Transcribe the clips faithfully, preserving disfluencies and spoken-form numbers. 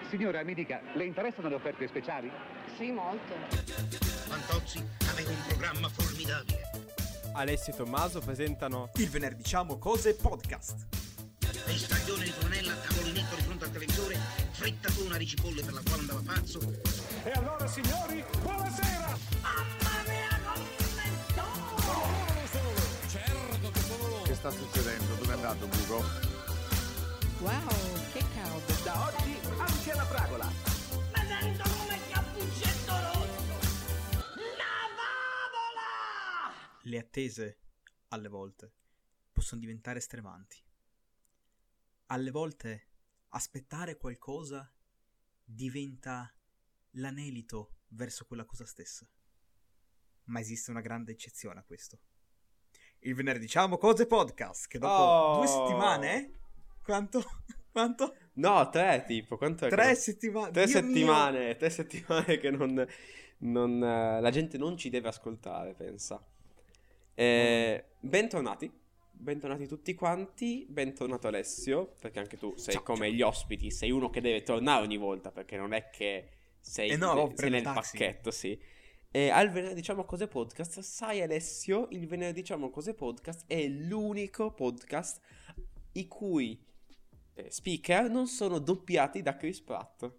Signora, mi dica, le interessano le offerte speciali? Sì, molto. Fantozzi aveva un programma formidabile. Alessio e Tommaso presentano Il venerdì diciamo cose podcast. E staglione di Brunella, tavolinetto di fronte al televisore, frittatona di cipolle per la quale andava pazzo. E allora, signori, buonasera! Mamma mia, commento! Certo che sono loro! Che sta succedendo? Dove è andato Bugo? Wow, che caldo! Da oggi anche la fragola! Ma sento come cappuccetto rosso! La favola! Le attese, alle volte, possono diventare stremanti. Alle volte, aspettare qualcosa diventa l'anelito verso quella cosa stessa. Ma esiste una grande eccezione a questo. Il venerdì diciamo cose podcast, che dopo Oh! due settimane... Quanto? Quanto? No, tre tipo, quanto è? Tre che- settimane. Tre Dio settimane, mio. tre settimane che non, non, eh, la gente non ci deve ascoltare, pensa. Eh, bentornati, bentornati tutti quanti, bentornato Alessio, perché anche tu sei Ciao, come ciao. gli ospiti, sei uno che deve tornare ogni volta, perché non è che sei, Eh no, sei prendo nel il taxi. pacchetto, sì. E al venerdì diciamo cose podcast, sai Alessio, il venerdì diciamo cose podcast è l'unico podcast i cui eh, speaker non sono doppiati da Chris Pratt.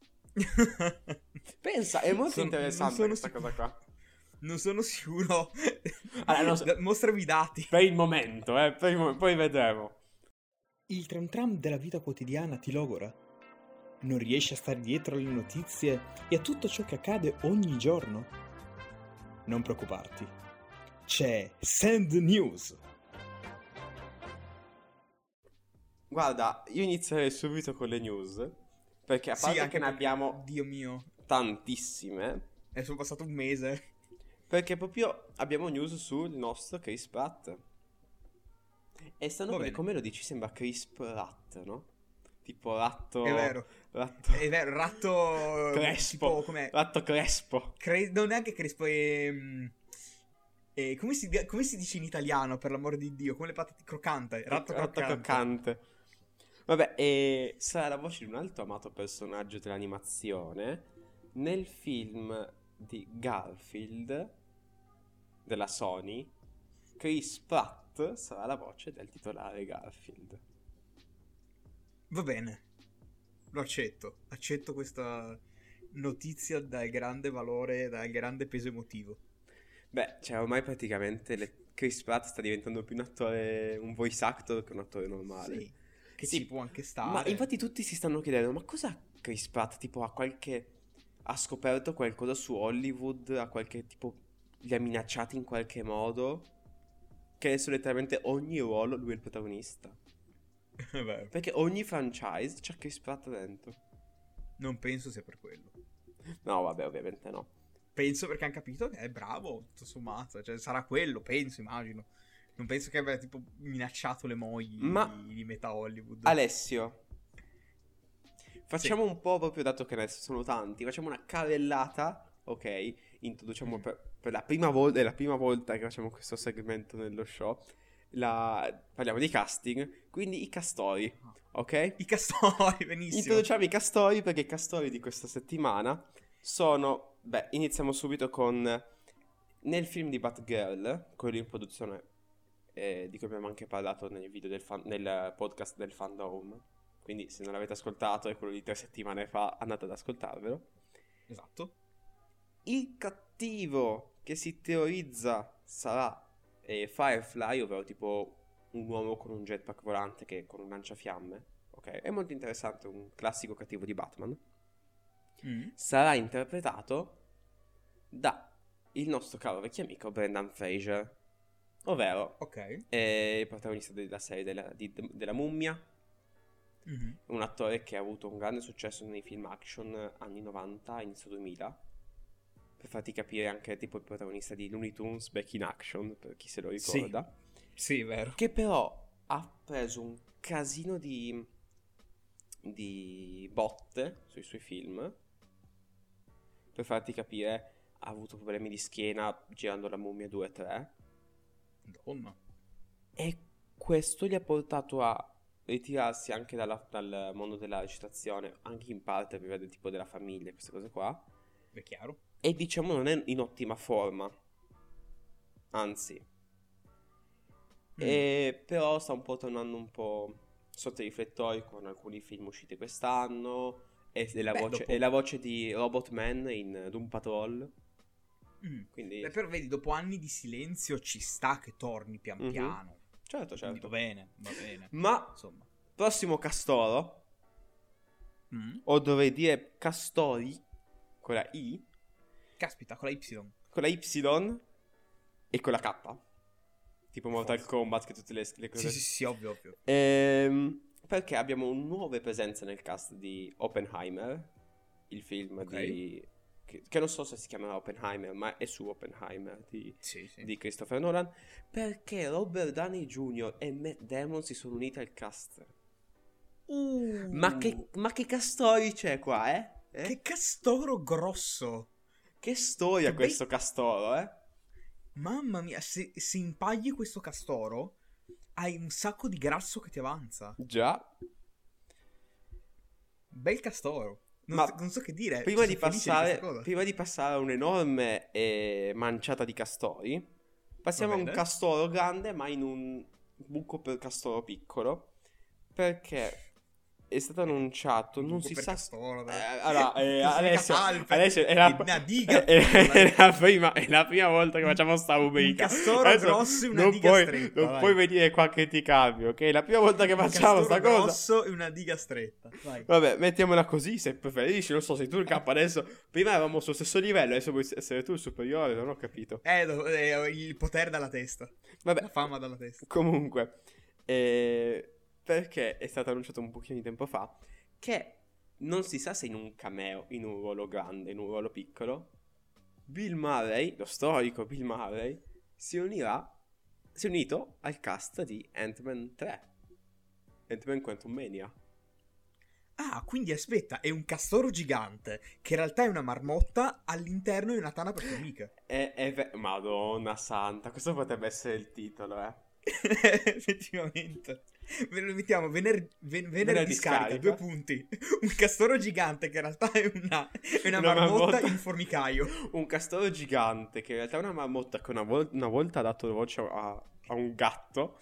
Pensa, è molto Sono- interessante non questa sono cosa qua. Non sono sicuro. Allora, non so- Da- Mostrami i dati. Per il momento, eh, per il mo- poi vedremo. Il tram tram della vita quotidiana ti logora? Non riesci a stare dietro alle notizie e a tutto ciò che accade ogni giorno? Non preoccuparti. C'è Sand News. Guarda, io inizierei subito con le news, perché a parte che ne abbiamo Dio mio. tantissime, È solo passato un mese. perché proprio abbiamo news sul nostro Chris Pratt. E stanno Va bene, bene. come lo dici, sembra Chris Pratt, no? Tipo ratto... È vero. Ratto... È vero, ratto... Crespo. Tipo, com'è? Ratto crespo. Cre- non neanche crespo, è... è- come, si, come si dice in italiano, per l'amore di Dio? Come le patate croccante. Ratto croccante. croccante. Vabbè, e sarà la voce di un altro amato personaggio dell'animazione nel film di Garfield della Sony. Chris Pratt sarà la voce del titolare Garfield. Va bene. Lo accetto. Accetto questa notizia dal grande valore, dal grande peso emotivo. Beh, cioè ormai praticamente le- Chris Pratt sta diventando più un attore, un voice actor che un attore normale. Sì. Che Sì, ci può anche stare. Ma infatti tutti si stanno chiedendo, ma cosa Chris Pratt, tipo, ha qualche... ha scoperto qualcosa su Hollywood, ha qualche, tipo, li ha minacciati in qualche modo, che adesso letteralmente ogni ruolo lui è il protagonista. È vero. Perché ogni franchise c'ha Chris Pratt dentro. Non penso sia per quello. No, vabbè, ovviamente no. Penso perché hanno capito che è bravo, tutto sommato. Cioè, sarà quello, penso, immagino. Non penso che abbia, tipo, minacciato le mogli Ma- di, di metà Hollywood. Alessio, facciamo un po', proprio dato che adesso sono tanti, facciamo una carrellata, ok? Introduciamo Mm. per, per la prima volta, è la prima volta che facciamo questo segmento nello show, la- parliamo di casting, quindi i castori, ok? I castori, benissimo. Introduciamo i castori perché i castori di questa settimana sono, beh, iniziamo subito con, nel film di Batgirl, quello in produzione, eh, di cui abbiamo anche parlato nel video del fan- nel podcast del fandom. Quindi se non l'avete ascoltato è quello di tre settimane fa, andate ad ascoltarvelo. Esatto. Il cattivo che si teorizza sarà eh, Firefly, ovvero tipo un uomo con un jetpack volante che con un lanciafiamme. Ok, è molto interessante, un classico cattivo di Batman. Mm. Sarà interpretato da il nostro caro vecchio amico Brendan Fraser, ovvero Ok. è il protagonista della serie della, di- della Mummia. Mhm. Un attore che ha avuto un grande successo nei film action anni novanta, inizio duemila. Per farti capire anche tipo il protagonista di Looney Tunes Back in Action, per chi se lo Sì. ricorda. Sì, vero. Che però ha preso un casino di, di botte sui suoi film. Per farti capire, ha avuto problemi di schiena girando La Mummia due e tre. Madonna. E questo gli ha portato a ritirarsi anche dalla- dal mondo della recitazione, anche in parte per vedere tipo della famiglia, queste cose qua. È chiaro. E diciamo non è in ottima forma. Anzi. Mm. E però sta un po' tornando un po' sotto i riflettori con alcuni film usciti quest'anno. E, e la, Beh, voce, dopo- e la voce di Robot Man in Doom Patrol. Mm. Quindi Beh, però vedi, dopo anni di silenzio ci sta che torni pian Mhm. piano. certo, Quindi certo. va bene, va bene. Ma Insomma. prossimo castoro, Mm. o dovrei dire castori con la I, Caspita, con la Y. con la Y e con la K. Tipo Mortal Forza. Kombat, che tutte le, le cose. Sì, sì, sì, ovvio, ovvio. Ehm, perché abbiamo nuove presenze nel cast di Oppenheimer, il film Ok. di... Che, che non so se si chiamerà Oppenheimer, ma è su Oppenheimer di, Sì, sì. di Christopher Nolan. Perché Robert Downey junior e Matt Damon si sono uniti al cast. Uh, Ma che, ma che castori c'è qua, eh? Eh? Che castoro grosso. Che storia Che bei- questo castoro, eh? Mamma mia, se, se impagli questo castoro, hai un sacco di grasso che ti avanza. Già. Bel castoro. Non, Ma so, non so che dire. Prima Sono di, felice passare, questa cosa. prima di passare a un'enorme eh, manciata di castori, passiamo a Va un bene. castoro grande, ma in un buco per castoro piccolo. Perché è stato annunciato, Un non buco si per sa. castoro, dai. Eh, allora, eh, Così adesso, Catalpe. adesso è la, Una diga. è, è la prima, è la prima volta che facciamo sta rubrica. Un castoro Adesso grosso e una non diga puoi, stretta, Non vai. puoi venire qua che ti cambio, ok? La prima volta che Un facciamo sta castoro cosa. grosso e una diga stretta. Vai. Vabbè, mettiamola così se preferisci. Non so, sei tu il capo adesso. Prima eravamo sullo stesso livello, adesso vuoi essere tu il superiore. Non ho capito. Eh, do- eh, il potere dalla testa. Vabbè, La fama dalla testa. comunque, eh, perché è stato annunciato un pochino di tempo fa che non si sa se in un cameo, in un ruolo grande, in un ruolo piccolo, Bill Murray, lo storico Bill Murray, si unirà, si è unito al cast di Ant-Man tre. Ant-Man Quantumania. Ah, quindi aspetta, è un castoro gigante, che in realtà è una marmotta all'interno di una tana per formiche. È, è ve- Madonna santa, questo potrebbe essere il titolo, eh. Effettivamente. Ve lo mettiamo vener- ven- venerdì Venerdì scarica, scarica. due punti. Un castoro gigante che in realtà è una, è una Una marmotta marmotta. in formicaio. Un castoro gigante che in realtà è una marmotta che una, vol- una volta ha dato voce a, a un gatto.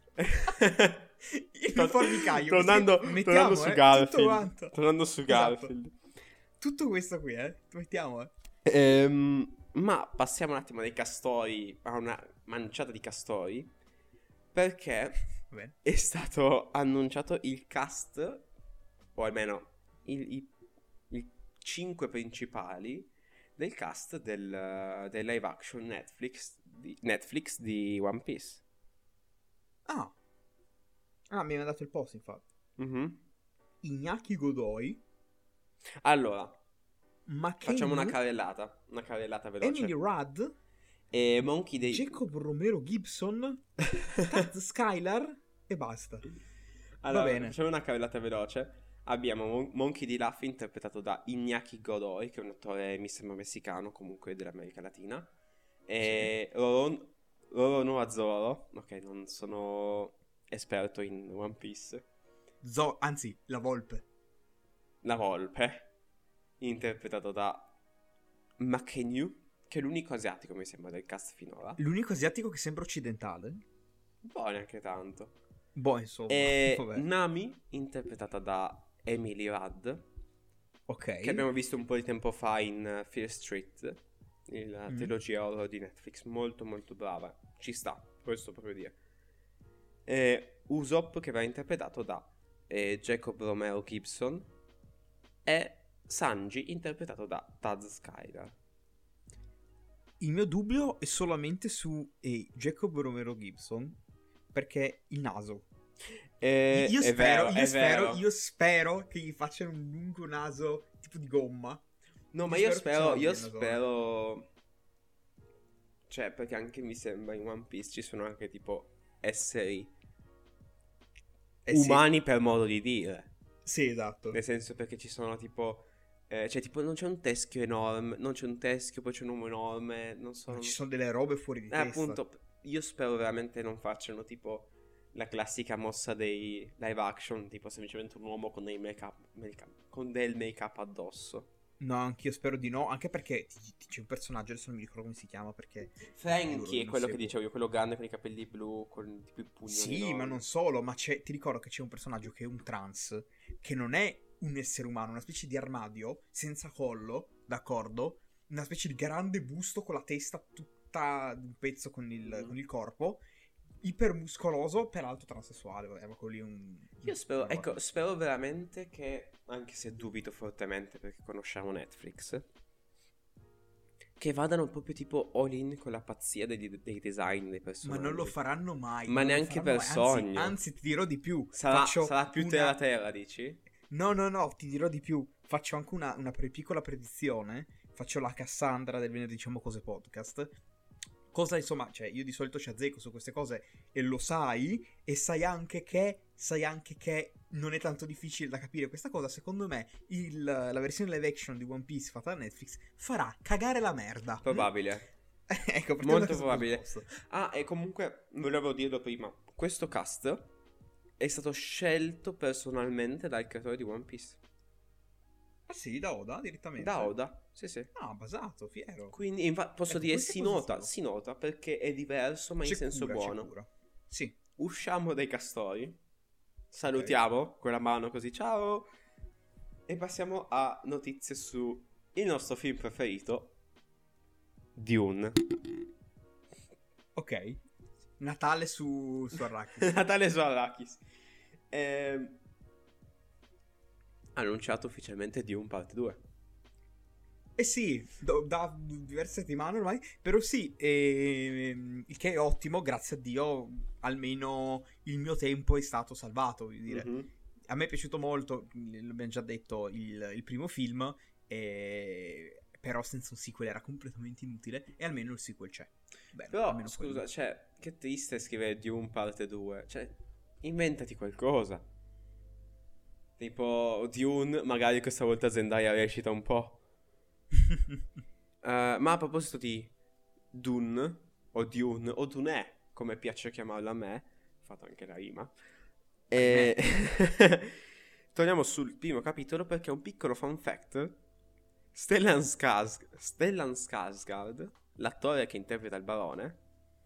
Il formicaio. Tornando, Sì, mettiamo, tornando su eh, tutto Garfield. quanto. Tornando su Esatto. Garfield. Tutto questo qui, eh. Mettiamo, eh. Ehm, ma passiamo un attimo dai castori a una manciata di castori. Perché Va bene. è stato annunciato il cast, o almeno il- i, i cinque principali del cast del, del live action Netflix di, Netflix di One Piece. Ah. Ah, mi ha dato il post, infatti. Mhm. Iñaki Godoy, Allora, Makenyu, facciamo una carrellata, una carrellata veloce. Emily Rudd, E Monkey dei... Jacob Romero Gibson, Taz Skylar e basta. Allora, Va bene. facciamo una carrellata veloce. Abbiamo Mon- Monkey D. Luffy interpretato da Iñaki Godoy, che è un attore mi sembra messicano, comunque dell'America Latina. E Roro, Roro Noa Zoro, ok, non sono esperto in One Piece. Zo- anzi, la volpe. La Volpe, interpretato da Makenyu, che è l'unico asiatico mi sembra del cast finora. L'unico asiatico che sembra occidentale. Boh, neanche tanto. Boh, insomma. E Vabbè. Nami, interpretata da Emily Rudd, Ok. che abbiamo visto un po' di tempo fa in uh, Fear Street, la Mm. trilogia horror di Netflix. Molto molto brava, ci sta, questo proprio dire. E Usopp, che verrà interpretato da eh, Jacob Romero Gibson, e Sanji, interpretato da Taz Skylar. Il mio dubbio è solamente su eh, Jacob Romero Gibson, perché il naso. E, io è spero, vero, io è spero, vero. io spero che gli facciano un lungo naso tipo di gomma. No, ma io io spero spero, che ce io l'abbia il nasone. spero... Cioè, perché anche mi sembra in One Piece ci sono anche tipo esseri Eh sì. umani per modo di dire. Sì, esatto. Nel senso, perché ci sono tipo... eh, cioè, tipo, non c'è un teschio enorme, non c'è un teschio, poi c'è un uomo enorme, non so... Ma non- ci sono delle robe fuori di Eh, testa. appunto, io spero veramente non facciano tipo la classica mossa dei live action, tipo semplicemente un uomo con dei make-up, make-up con del make-up addosso. No, anch'io spero di no, anche perché ti- ti- c'è un personaggio, adesso non mi ricordo come si chiama, perché... Frankie è non quello che seguo. dicevo io, quello grande con i capelli blu, con tipo i pugni. Sì, enormi. ma non solo, ma c'è, ti ricordo che c'è un personaggio che è un trans, che non è un essere umano, una specie di armadio, senza collo, d'accordo? Una specie di grande busto con la testa tutta un pezzo con il, Mm. con il corpo, ipermuscoloso, peraltro transessuale, vabbè, ma quello lì è un... Io spero, una roba. ecco, spero veramente che, anche se dubito fortemente perché conosciamo Netflix, che vadano proprio tipo all in con la pazzia dei, dei design dei Ma personaggi. non lo faranno mai. Ma non lo neanche faranno per mai. Anzi- sogno. Anzi, ti dirò di più. Sarà, Faccio sarà più una- terra terra, dici? No, no, no, ti dirò di più. Faccio anche una, una pre- piccola predizione. Faccio la Cassandra del venerdì diciamo cose podcast. Cosa, insomma, cioè, io di solito ci azzecco su queste cose e lo sai, e sai anche che, sai anche che non è tanto difficile da capire questa cosa. Secondo me, il- la versione live action di One Piece fatta da Netflix farà cagare la merda. Probabile. Ecco, perché Molto questo probabile. presupposto. Ah, e comunque, volevo dirlo prima, questo cast è stato scelto personalmente dal creatore di One Piece. Ah sì, da Oda direttamente. Da Oda, sì sì. Ah, basato, fiero. Quindi, infa- posso Ecco, dire, questo è si nota, positivo. si nota perché è diverso, ma in C'è senso cura, c'è buono. cura. Sì. Usciamo dai castori, salutiamo con la mano così, ciao, e passiamo a notizie su il nostro film preferito, Dune. Ok. Natale su, su Arrakis. Natale su Arrakis. Ehm, annunciato ufficialmente Dune Part due. Eh sì, do- da diverse settimane ormai, però sì, ehm, il che è ottimo, grazie a Dio, almeno il mio tempo è stato salvato, voglio dire. Mhm. A me è piaciuto molto, l'abbiamo già detto, il, il primo film, e- però senza un sequel era completamente inutile, e almeno il sequel c'è. Bene, Però, almeno scusa, quello. cioè, che triste scrivere Dune Parte due. Cioè, inventati qualcosa. Tipo, Dune, magari questa volta Zendaya recita un po'. Eh, ma a proposito di Dune, o Dune, o Dune, come piace chiamarlo a me, ho fatto anche la rima, e... torniamo sul primo capitolo perché è un piccolo fun fact. Stellan, Skars- Stellan Skarsgård, l'attore che interpreta il barone,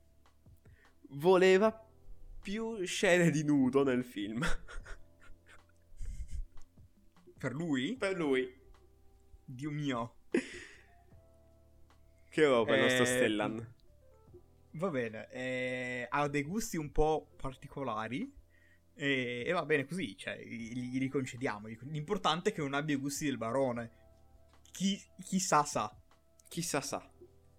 voleva più scene di nudo nel film. Per lui? Per lui. Dio mio. Che roba il nostro Eh, Stellan. Va bene, eh, ha dei gusti un po' particolari e, e va bene così, cioè gli, gli concediamo. L'importante è che non abbia i gusti del barone. Chi, chissà sa. Chissà sa.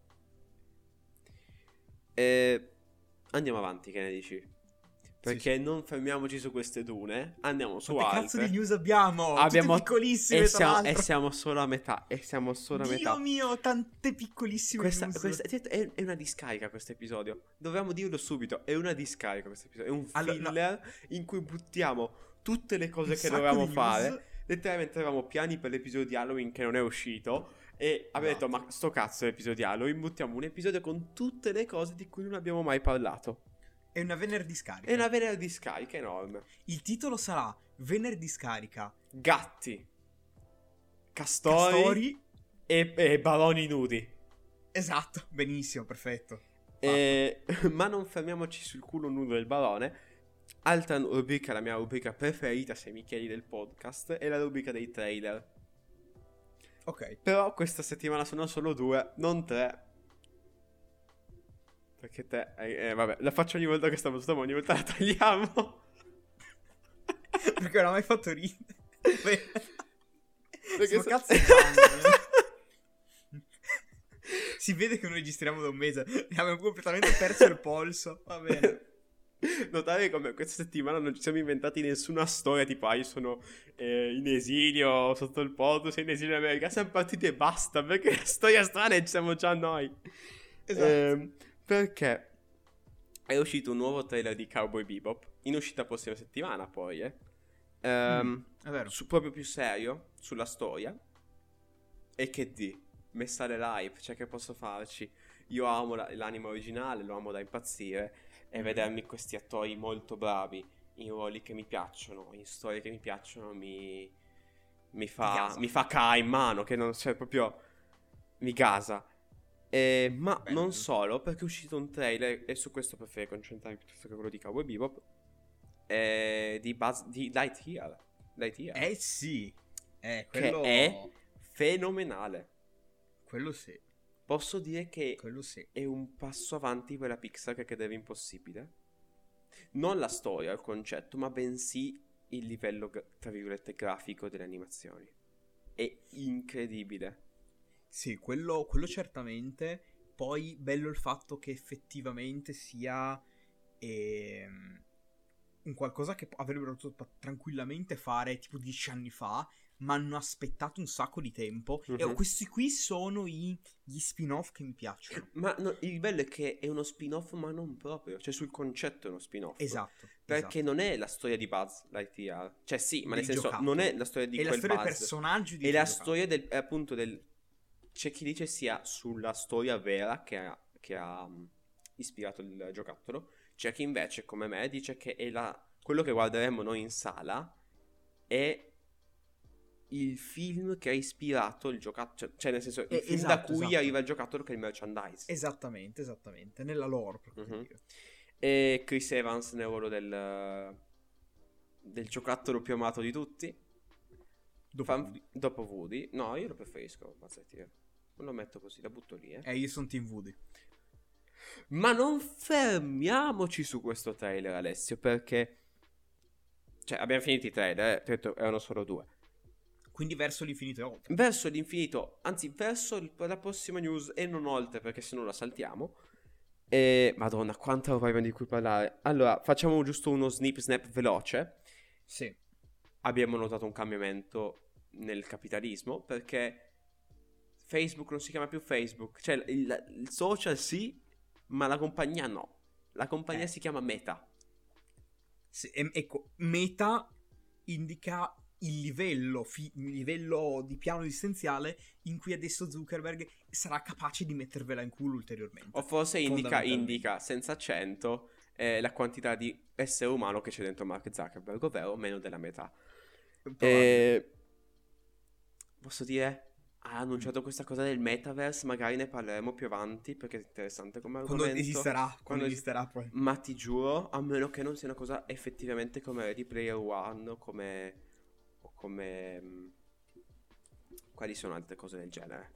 Eh, andiamo avanti, che ne dici? Perché non fermiamoci su queste dune, andiamo su Quante altre. cazzo di news abbiamo? Abbiamo Tutte piccolissime, e tra siamo, l'altro. e siamo solo a metà. E siamo solo a Dio metà. mio, tante piccolissime Questa, news. questa- è, è una discarica questo episodio. Dovevamo dirlo subito. È una discarica questo episodio. È un Allora, no. filler in cui buttiamo tutte le cose Un che sacco dovevamo di fare. news. Letteralmente avevamo piani per l'episodio di Halloween che non è uscito. E abbiamo Esatto. detto: ma sto cazzo è l'episodio di Halloween. Buttiamo un episodio con tutte le cose di cui non abbiamo mai parlato. È una venerdì scarica. È una vera discarica enorme. Il titolo sarà venerdì scarica. Gatti, castori, Castori. E, e baroni nudi. Esatto, benissimo, perfetto. E- ma non fermiamoci sul culo nudo del barone. Altra rubrica, la mia rubrica preferita, se mi chiedi, del podcast, è la rubrica dei trailer. Ok. Però questa settimana sono solo due, non tre. Perché te... Eh, eh, vabbè, la faccio ogni volta che sta battuta, ma ogni volta la tagliamo. Perché non ha mai fatto ridere. Perché Sto so- cazzo di sangue. Si vede che non registriamo da un mese. Abbiamo completamente perso il polso. Va bene. Notare come questa settimana non ci siamo inventati nessuna storia tipo ah io sono eh, in esilio sotto il pod, sei in esilio in America, siamo partiti e basta, perché la storia strana ci siamo già noi. Esatto. Ehm, perché è uscito un nuovo trailer di Cowboy Bebop in uscita prossima settimana poi eh. Ehm, Mm, è vero. su, proprio più serio sulla storia. E che di messa alle live, cioè che posso farci, io amo la- l'anime originale, lo amo da impazzire. e vedermi questi attori molto bravi in ruoli che mi piacciono, in storie che mi piacciono, mi, mi fa gasa. mi fa ca in mano, che non c'è proprio, mi gasa. Eh, ma Bello. non solo, perché è uscito un trailer, e su questo preferirei concentrarmi piuttosto che quello di Cowboy Bebop, eh, di, Buzz, di Lightyear. Lightyear. Eh sì, eh, Che quello... è fenomenale. Quello sì, Posso dire che quello sì. è un passo avanti per la Pixar che credeva impossibile. Non la storia, il concetto, ma bensì il livello, gra- tra virgolette, grafico delle animazioni. È incredibile. Sì, quello, quello certamente. Poi bello il fatto che effettivamente sia ehm, un qualcosa che avrebbero potuto tranquillamente fare tipo dieci anni fa, ma hanno aspettato un sacco di tempo. E Mhm. questi qui sono i, gli spin-off che mi piacciono. Ma no, il bello è che è uno spin-off, ma non proprio. Cioè, sul concetto è uno spin-off. Esatto. Perché esatto. non è la storia di Buzz Lightyear. Cioè, sì, ma nel Del senso, giocattolo. non è la storia di È la quel storia del Buzz. personaggio di È la giocattolo. storia del, è appunto del... C'è chi dice sia sulla storia vera che ha, che ha um, ispirato il giocattolo. C'è chi invece, come me, dice che è la... quello che guarderemo noi in sala è il film che ha ispirato il giocattolo. Cioè, nel senso, il Eh, film da esatto, cui esatto. arriva il giocattolo, che è il merchandise. Esattamente, esattamente. Nella lore, proprio per Mhm. dire. E Chris Evans nel ruolo del... del giocattolo più amato di tutti. Dopo Fan- Woody. dopo Woody. No, io lo preferisco Buzz Lightyear. Non lo metto così, la butto lì, eh. Eh, io sono Team Woody. Ma non fermiamoci su questo trailer, Alessio, perché... Cioè, abbiamo finito i trailer, eh. Ti ho detto, erano solo due. Quindi verso l'infinito e oltre. Verso l'infinito, anzi, verso il- la prossima news e non oltre, perché se no la saltiamo. E... Madonna, quanta roba abbiamo di cui parlare. Allora, facciamo giusto uno snip snap veloce. Sì. Abbiamo notato un cambiamento nel capitalismo, perché Facebook non si chiama più Facebook. Cioè, il, il social sì, ma la compagnia no. La compagnia Eh. si chiama Meta. Sì, e- ecco, Meta indica il livello, fi- il livello di piano esistenziale in cui adesso Zuckerberg sarà capace di mettervela in culo ulteriormente. O forse indica, Fondamentalmente. indica senza accento eh, la quantità di essere umano che c'è dentro Mark Zuckerberg, ovvero meno della metà. Probabile. E... Posso dire? Ha annunciato questa cosa del metaverse, magari ne parleremo più avanti perché è interessante come Quando argomento. esisterà, quando, Quando es- esisterà poi. Ma ti giuro, a meno che non sia una cosa effettivamente come Ready Player One o come... o come... mh, quali sono altre cose del genere?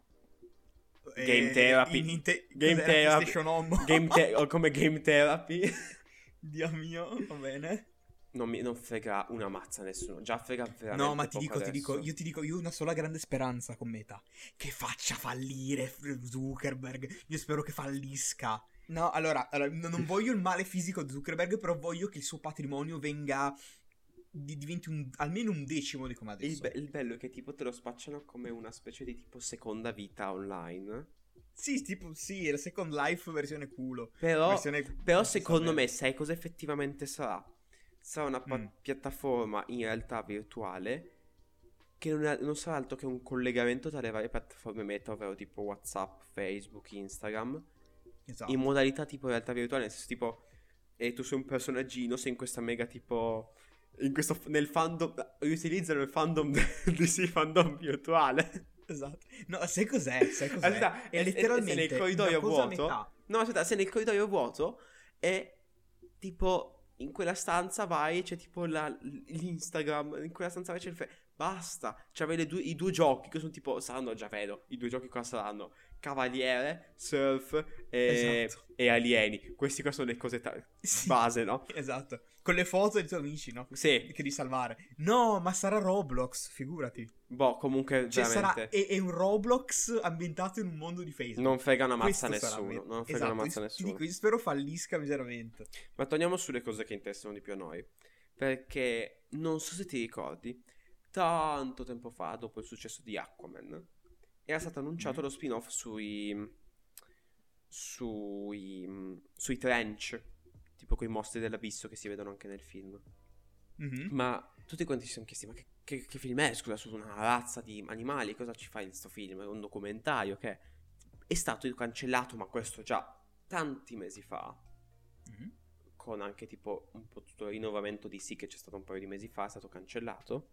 Game Eh, Therapy. in inte- Game cos'era? Therapy. PlayStation Home. Game te- o come Game Therapy. Dio mio, va bene. Non mi non frega una mazza a nessuno. Già frega veramente No, ma ti poco dico, ti adesso. dico, io ti dico, io ho una sola grande speranza con Meta. Che faccia fallire Zuckerberg. Io spero che fallisca. No, allora, allora, n- non voglio il male fisico di Zuckerberg, però voglio che il suo patrimonio venga... di- diventi un- almeno un decimo di come Il, adesso. be- il bello è che tipo te lo spacciano come una specie di tipo seconda vita online. Sì, tipo, sì, è la Second Life versione culo. Però, Versione- però non si sa secondo bene. me, sai cosa effettivamente sarà? Sarà una pa- Mm. piattaforma in realtà virtuale che non, è- non sarà altro che un collegamento tra le varie piattaforme meta, ovvero tipo WhatsApp, Facebook, Instagram, Esatto. in modalità tipo realtà virtuale, nel senso tipo, e tu sei un personaggino, sei in questa mega tipo, in questo, nel fandom, riutilizzano il fandom di sì, fandom virtuale. Esatto. No, sai cos'è? Sai cos'è? Aspetta, è e- e- letteralmente sei nel corridoio una cosa a vuoto. metà. No, aspetta, sei nel corridoio vuoto e tipo in quella stanza vai, c'è tipo la- l'Instagram, in quella stanza vai c'è il fe- basta, c'avrai le due, i due giochi che sono tipo, saranno, già vedo, i due giochi qua saranno Cavaliere, Surf e, Esatto. e Alieni. Questi qua sono le cose ta- Sì. base, no? Esatto. Con le foto dei tuoi amici, no? Sì, Che devi salvare. No, ma sarà Roblox, figurati. boh, comunque Cioè sarà veramente è, è un Roblox ambientato in un mondo di Facebook. non frega una mazza a Questo sarà nessuno, me- non frega esatto, una mazza a io- nessuno. Ti dico, io spero fallisca miseramente. Ma torniamo sulle cose che interessano di più a noi. Perché non so se ti ricordi, tanto tempo fa, dopo il successo di Aquaman, era stato annunciato Mm. lo spin-off sui. sui. sui trench. Tipo quei mostri dell'abisso che si vedono anche nel film. Mhm. Ma tutti quanti si sono chiesti: ma che, che- che film è? Scusa, su una razza di animali, cosa ci fai in sto film? È un documentario che è stato cancellato, ma questo già tanti mesi fa. Mhm. con anche tipo un po' tutto il rinnovamento di sì che c'è stato un paio di mesi fa, è stato cancellato.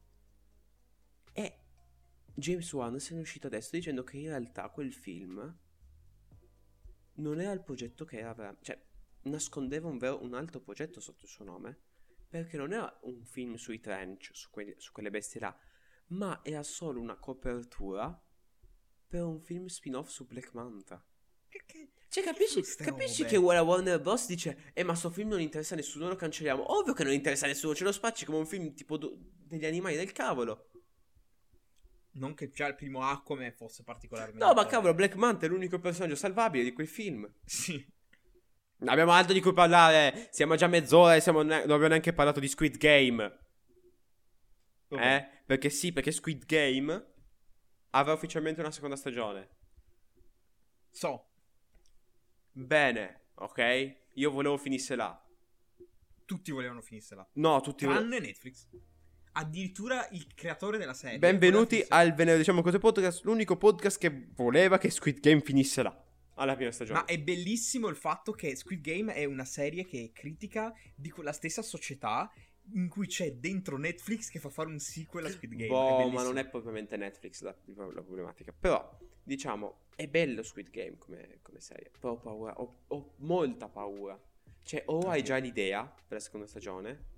E James Wan se ne è uscito adesso dicendo che in realtà quel film non era il progetto che era vera- cioè nascondeva un, vero, un altro progetto sotto il suo nome, perché non era un film sui trench, su, quelli- su quelle bestie là, ma era solo una copertura per un film spin-off su Black Manta. Perché? Cioè, capisci, Queste capisci robe. che la Warner Bros. Dice eh ma sto film non interessa a nessuno, lo cancelliamo. Ovvio che non interessa a nessuno, ce lo spacci come un film tipo do- degli animali del cavolo. Non che già il primo Aquaman fosse particolarmente... No ma cavolo, Black Manta è l'unico personaggio salvabile di quel film. Sì. Abbiamo altro di cui parlare. Siamo già a mezz'ora e siamo ne- non abbiamo neanche parlato di Squid Game. Eh? Perché sì, perché Squid Game avrà ufficialmente una seconda stagione. So. Bene, ok? Io volevo finisse là. Tutti volevano finisse là. No, tutti vole- Tranne Netflix. Addirittura il creatore della serie. Benvenuti voleva finisse- al venerdì, diciamo così podcast, l'unico podcast che voleva che Squid Game finisse là, alla prima stagione. Ma è bellissimo il fatto che Squid Game è una serie che critica di quella stessa società in cui c'è dentro Netflix che fa fare un sequel a Squid Game. È Boh, bellissimo. ma non è propriamente Netflix la, la problematica. Però, diciamo, è bello Squid Game come, come serie. Però ho paura, ho, ho molta paura. Cioè, o hai già l'idea per la seconda stagione,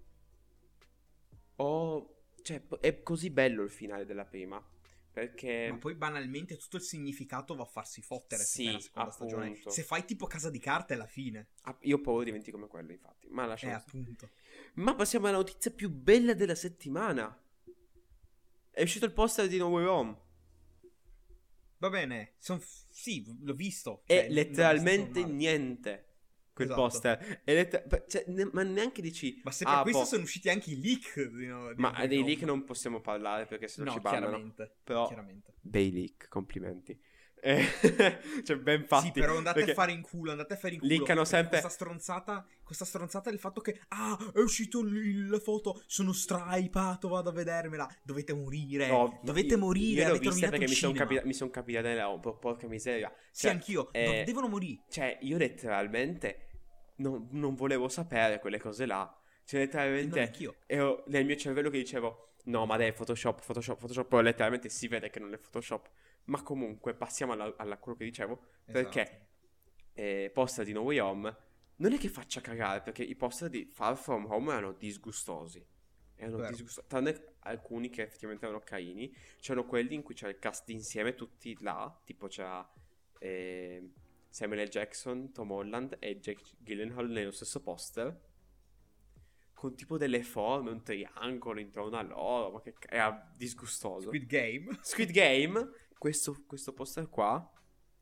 o... Cioè, è così bello il finale della prima. Perché... Ma poi banalmente tutto il significato va a farsi fottere se Sì, fai la seconda stagione. appunto. Se fai tipo Casa di Carta è la fine. ah, io ho paura diventi come quello, infatti. Ma Eh, lasciamo stare. appunto. Ma passiamo alla notizia più bella della settimana. È uscito il poster di No Way Home. Va bene. Son f- sì, l'ho visto. È Cioè, l'ho letteralmente visto normale. niente. Quel Esatto. poster. È letter- cioè, ne- ma neanche dici... Ma se per ah, questo po- sono usciti anche i leak. Di no, di Ma No dei Way leak Home. non possiamo parlare perché se no, No, ci bannano. chiaramente. Però... chiaramente. Bei leak, complimenti. Eh, cioè, ben fatti. Sì, però andate perché a fare in culo, andate a fare in culo. leakano perché sempre- Questa stronzata, questa stronzata del fatto che, ah, è uscito l- la foto, sono straipato, vado a vedermela. Dovete morire, No, dovete io- morire, Io l'ho avete vista rovinato perché il mi sono cinema. capita- mi son capitate nella home, porca miseria. Sì, Cioè, anch'io, eh, do- devono morire. Cioè, io letteralmente non, non volevo sapere quelle cose là. Cioè, No, letteralmente anch'io. ero nel mio cervello che dicevo, no, ma dai, Photoshop, Photoshop, Photoshop. Poi letteralmente si vede che non è Photoshop. Ma comunque, passiamo alla, alla quello che dicevo. Perché Esatto. eh, poster di No Way Home non è che faccia cagare, perché i poster di Far From Home erano disgustosi. Erano Vero. disgustosi. Tranne alcuni che effettivamente erano carini. C'erano quelli in cui c'era il cast insieme tutti là. Tipo c'era eh, Samuel L. Jackson, Tom Holland e Jake Gyllenhaal nello stesso poster. Con tipo delle forme, un triangolo intorno a loro. Ma che c- era disgustoso. Squid Game. Squid Game, questo, questo poster qua,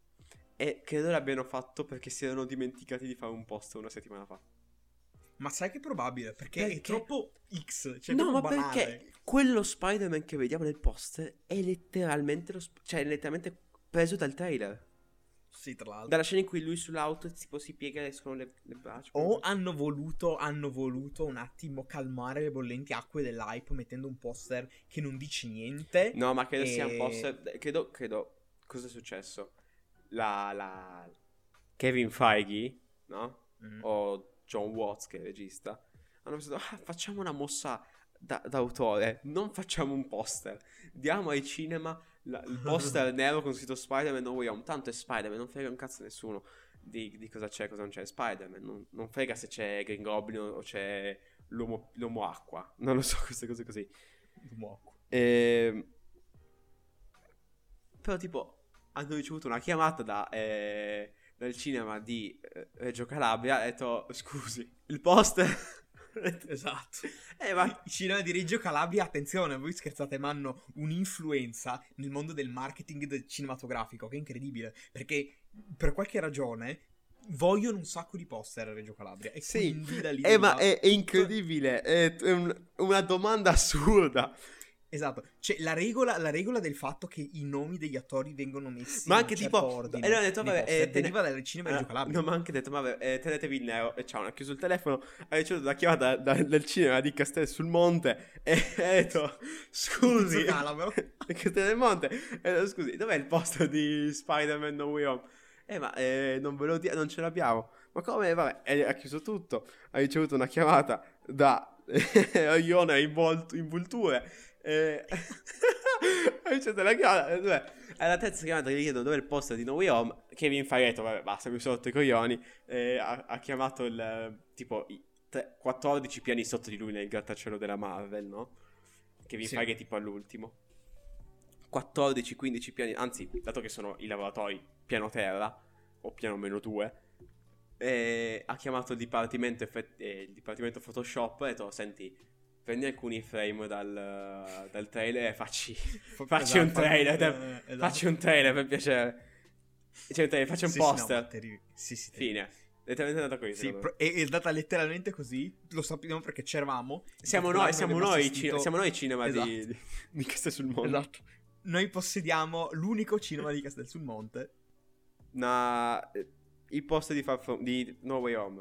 e credo l'abbiano fatto perché si erano dimenticati di fare un poster una settimana fa. Ma sai che è probabile? Perché, Perché? è troppo X. Cioè, no, ma proprio banale. perché quello Spider-Man che vediamo nel poster è letteralmente lo sp- cioè è letteralmente preso dal trailer. Sì, tra l'altro. Dalla scena in cui lui sull'auto tipo si piega e escono le, le braccia. O hanno voluto, hanno voluto un attimo calmare le bollenti acque dell'hype mettendo un poster che non dice niente. No, ma credo E- sia un poster. Credo, credo. Cosa è successo? La, la Kevin Feige, no? Mm. O John Watts, che è il regista, hanno pensato, ah, facciamo una mossa da- d'autore, non facciamo un poster. Diamo ai cinema la- il poster nero con scritto Spider-Man No Way Home. Tanto è Spider-Man, non frega un cazzo a nessuno di, di cosa c'è, cosa non c'è. Spider-Man, non, non frega se c'è Green Goblin o c'è l'uomo, l'uomo acqua. Non lo so, queste cose così. Ehm, Però tipo hanno ricevuto una chiamata da, eh, dal cinema di eh, Reggio Calabria e ha detto scusi, il poster... Esatto. Eh, ma... I cinema di Reggio Calabria, attenzione, voi scherzate, ma hanno un'influenza nel mondo del marketing del cinematografico che è incredibile, perché per qualche ragione vogliono un sacco di poster a Reggio Calabria e Sì, quindi da lì eh, ma deriva- è, è incredibile, è, è un- una domanda assurda. Esatto, c'è la regola, la regola del fatto che i nomi degli attori vengono messi Ma in anche un certo tipo, ordine e allora ha detto, nei vabbè, poster, eh, te ne- deriva dal cinema di Reggio Ah, Calabria. no, ma anche detto, vabbè, eh, tenetevi il nero. E ciao, ha chiuso il telefono, ha ricevuto la chiamata da- dal cinema di Castel sul Monte e ha detto, scusi, Pizzo Calabro. Castel del Monte, e ha detto, scusi, dov'è il posto di Spider-Man No Way Home? Eh, ma eh, non ve lo dico, non ce l'abbiamo. Ma come? Vabbè, e ha chiuso tutto. Ha ricevuto una chiamata da Iona in, volt- in vulture. E... ha ricevuto la chiamata. Dov'è? Alla terza chiamata gli chiedono dove è il posto di No Way Home. Kevin Fairetto, vabbè, basta, mi sono rotto i coglioni. E ha, ha chiamato il tipo i tre, quattordici piani sotto di lui nel grattacielo della Marvel, no? Kevin Sì. Feige tipo all'ultimo. quattordici quindici piani, anzi, dato che sono i lavoratori piano terra o piano meno due. E ha chiamato il dipartimento, effett- eh, il dipartimento Photoshop e ha detto: senti, prendi alcuni frame dal, dal trailer e facci, facci un trailer, esatto. te- facci un trailer per piacere. Cioè, un trailer, facci un Sì, sì, no, poster. ma terri- sì, sì, terri- Fine. Letteralmente è andata così. Sì, secondo me. pro- è, è andata letteralmente così. Lo sappiamo perché c'eravamo. Siamo In noi, particolare siamo abbiamo noi, assistito- ci- siamo noi cinema Esatto. di, di, di Castel sul Mondo. Esatto. Noi possediamo l'unico cinema di Castel sul Monte. Na- il posto di, Far From- di No Way Home.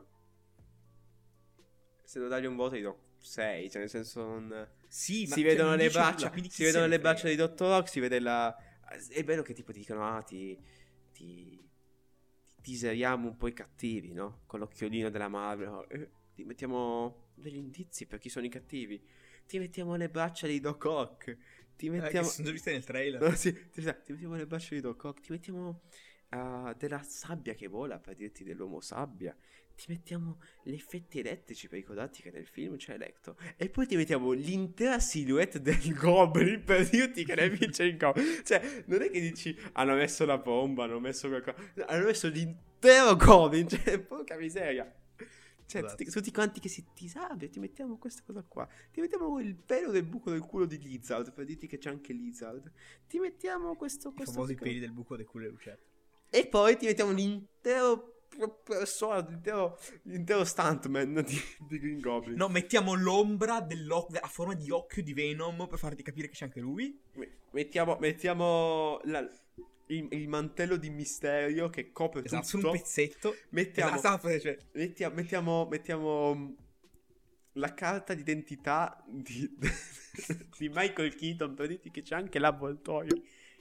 Se devo dargli un voto gli do sei, cioè nel senso non... Sì, ma si cioè, vedono non le dice braccia, nulla, quindi chi si vedono se ne le braccia frega? di Doctor Rock, si vede la... È bello che tipo ti dicono, ah, ti... ti... ti teaseriamo un po' i cattivi, no? Con l'occhiolino della Marvel, no? Eh, ti mettiamo degli indizi per chi sono i cattivi. Ti mettiamo le braccia di Doc Ock. Ti Eh, che mettiamo... si sono già viste nel trailer. No, sì, ti, ti mettiamo le braccia di Doc Ock. Ti mettiamo uh, della sabbia che vola per dirti dell'uomo sabbia. Ti mettiamo gli effetti elettrici per ricordarti che nel film c'è Electro. E poi ti mettiamo l'intera silhouette del Goblin per dirti che nel film c'è il Goblin. Cioè, non è che dici hanno messo la bomba, hanno messo qualcosa. No, hanno messo l'intero Goblin. Cioè, porca miseria. Cioè, Esatto. tutti, tutti quanti che si disabbiano. Ti mettiamo questa cosa qua. Ti mettiamo il pelo del buco del culo di Lizard per dirti che c'è anche Lizard. Ti mettiamo questo. I questo famosi peli del buco del culo e Lucerto. E poi ti mettiamo l'intero persona, l'intero, l'intero stuntman di, di Green Goblin. No, mettiamo l'ombra dell'occhio a forma di occhio di Venom per farti capire che c'è anche lui. Me- Mettiamo, mettiamo la- il, il mantello di Misterio che copre Esatto, su tutto. un pezzetto. Mettiamo, Esatto, cioè, mettiamo, mettiamo, mettiamo mm, la carta d'identità di, di Michael Keaton per dirti che c'è anche l'avvoltoio.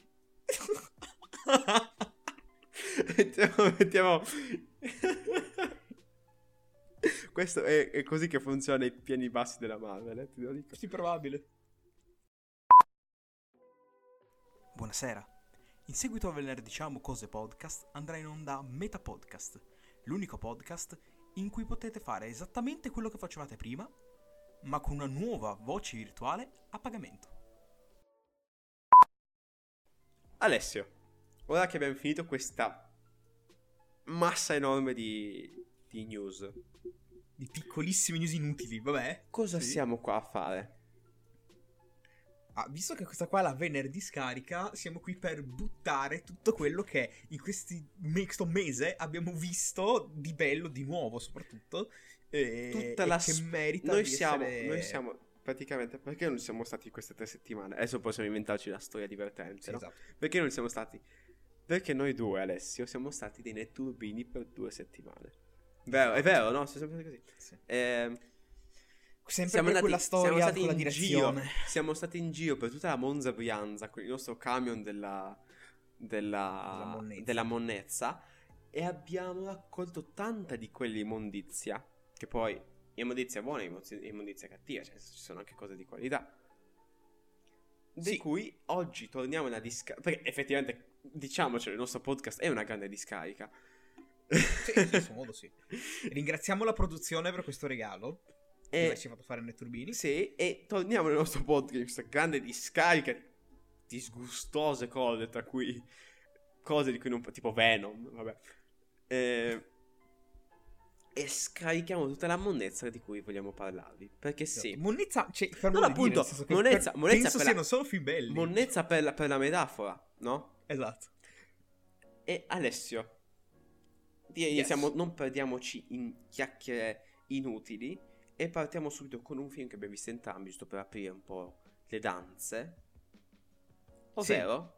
mettiamo, mettiamo... Questo è, è così che funziona i piani bassi della Marvel, eh, te lo dico. sì, probabile. Buonasera. In seguito a Venerdì Diciamo Cose Podcast andrà in onda Meta Podcast, l'unico podcast in cui potete fare esattamente quello che facevate prima, ma con una nuova voce virtuale a pagamento. Alessio, ora che abbiamo finito questa massa enorme di, di news, Di piccolissime news inutili, vabbè. cosa Sì. siamo qua a fare? Ah, visto che questa qua è la venerdì scarica, siamo qui per buttare tutto quello che in questi, me- questo mese abbiamo visto di bello, di nuovo soprattutto, e, Tutta e la che s- merita noi di siamo, essere... noi siamo praticamente, perché non siamo stati queste tre settimane? Adesso possiamo inventarci la storia divertente, Sì, no? esatto. Perché non siamo stati? Perché noi due, Alessio, siamo stati dei netturbini per due settimane. Vero, è vero, no? Siamo sempre stati così. Sì. Ehm, Sempre siamo per andati- quella storia, siamo stati con la in direzione. giro, siamo stati in giro per tutta la Monza Brianza con il nostro camion della della, Della monnezza. della monnezza e abbiamo raccolto tanta di quell'immondizia che poi immondizia buona e immozi- immondizia cattiva, cioè ci sono anche cose di qualità di Sì. cui oggi torniamo a discarica, perché effettivamente diciamocelo, il nostro podcast è una grande discarica. Sì, in questo modo sì. Ringraziamo la produzione per questo regalo. Di E averci fatto fare netturbini. sì, e torniamo nel nostro podcast, questa grande discarica, disgustose cose, tra cui cose di cui non... tipo Venom, vabbè. E, e scarichiamo tutta la monnezza di cui vogliamo parlarvi, perché sì. Monnezza, cioè, per No, modo di appunto, dire, nel senso che monnezza- per- monnezza penso per la- siano solo film belli. Monnezza per la, per la metafora, no? Esatto. E Alessio, direi Yes. iniziamo, non perdiamoci in chiacchiere inutili e partiamo subito con un film che abbiamo visto entrambi, giusto per aprire un po' le danze. Ovvero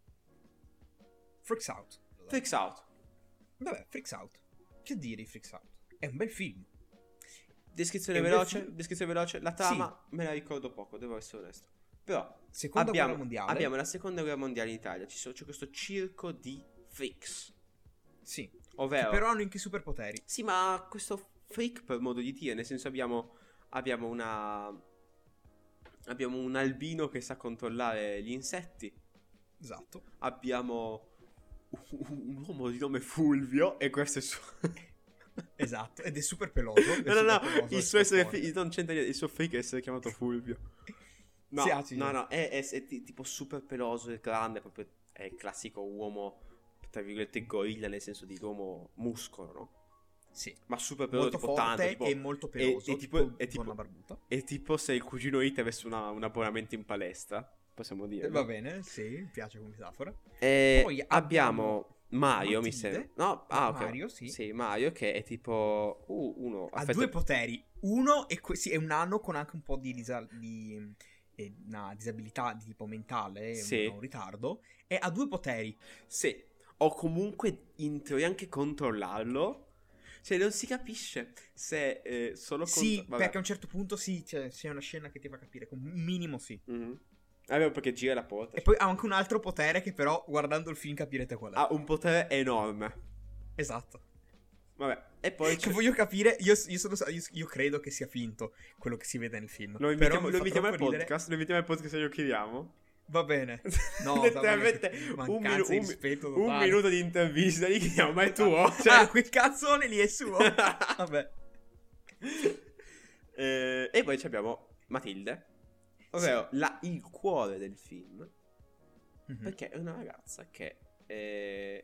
Freaks Out. Freaks Out. Vabbè, Freaks Out. Che dire di Freaks Out? È un bel film. Descrizione È un veloce, bel film. descrizione veloce. La trama me la ricordo poco, devo essere onesto. Però Seconda abbiamo, guerra mondiale. abbiamo la seconda guerra mondiale in Italia. Ci sono- c'è questo circo di freaks. Sì. Ovvero... Che però hanno anche superpoteri. Sì, ma questo freak per modo di dire, nel senso abbiamo, abbiamo una... Abbiamo un albino che sa controllare gli insetti. Esatto. Abbiamo un uomo di nome Fulvio e questo è il suo... Esatto, ed è super peloso. È No, no, no, super peloso, il è suo super essere forte. fi- non c'entra niente, il suo freak è essere chiamato Fulvio. No, Sì, ah, sì, no, sì. no, è, è- è ti- tipo super peloso e grande, proprio è il classico uomo, tra virgolette, gorilla, nel senso di uomo muscolo, no? Sì. Ma super peloso, Molto tipo forte tanto, tipo... e molto peloso. è- è tipo- tipo è tipo- donna barbuta. È tipo se il cugino It avesse una- un abbonamento in palestra, possiamo dire. Eh, Va bene, sì, mi piace come metafora. E Poi abbiamo Mario, mi Matilde. sembra. No, ah, ok. Mario, sì. Sì, Mario che è tipo uh, uno Ha affetto- due poteri. Uno è, que- sì, è un nano con anche un po' di, disa- di eh, una disabilità di tipo mentale, Sì. un, un ritardo. E ha due poteri. Sì, o comunque in teoria anche controllarlo. Cioè non si capisce se eh, solo Sì, contro- vabbè. perché a un certo punto sì, c'è, c'è una scena che ti fa capire, con un minimo sì. Mhm. Ah, beh, perché gira la porta. E poi ha anche un altro potere che però guardando il film capirete qual è. Ha un potere enorme. Esatto. Vabbè, e poi Che c'è- voglio capire, io, io, sono, io, io credo che sia finto quello che si vede nel film. lo Però invitiamo, mi lo fa invitiamo al troppo ridere. podcast. Lo invitiamo al podcast e lo chiediamo. Va bene. No, letteralmente vabbè, un, mancanza minu- di un- rispetto un totale. minuto di intervista. Gli chiediamo, ma è tuo? Cioè... Ah, quel cazzone lì è suo. Vabbè. Eh, e poi ci abbiamo Matilde, ovvero la- il cuore del film, Mhm. perché è una ragazza che è,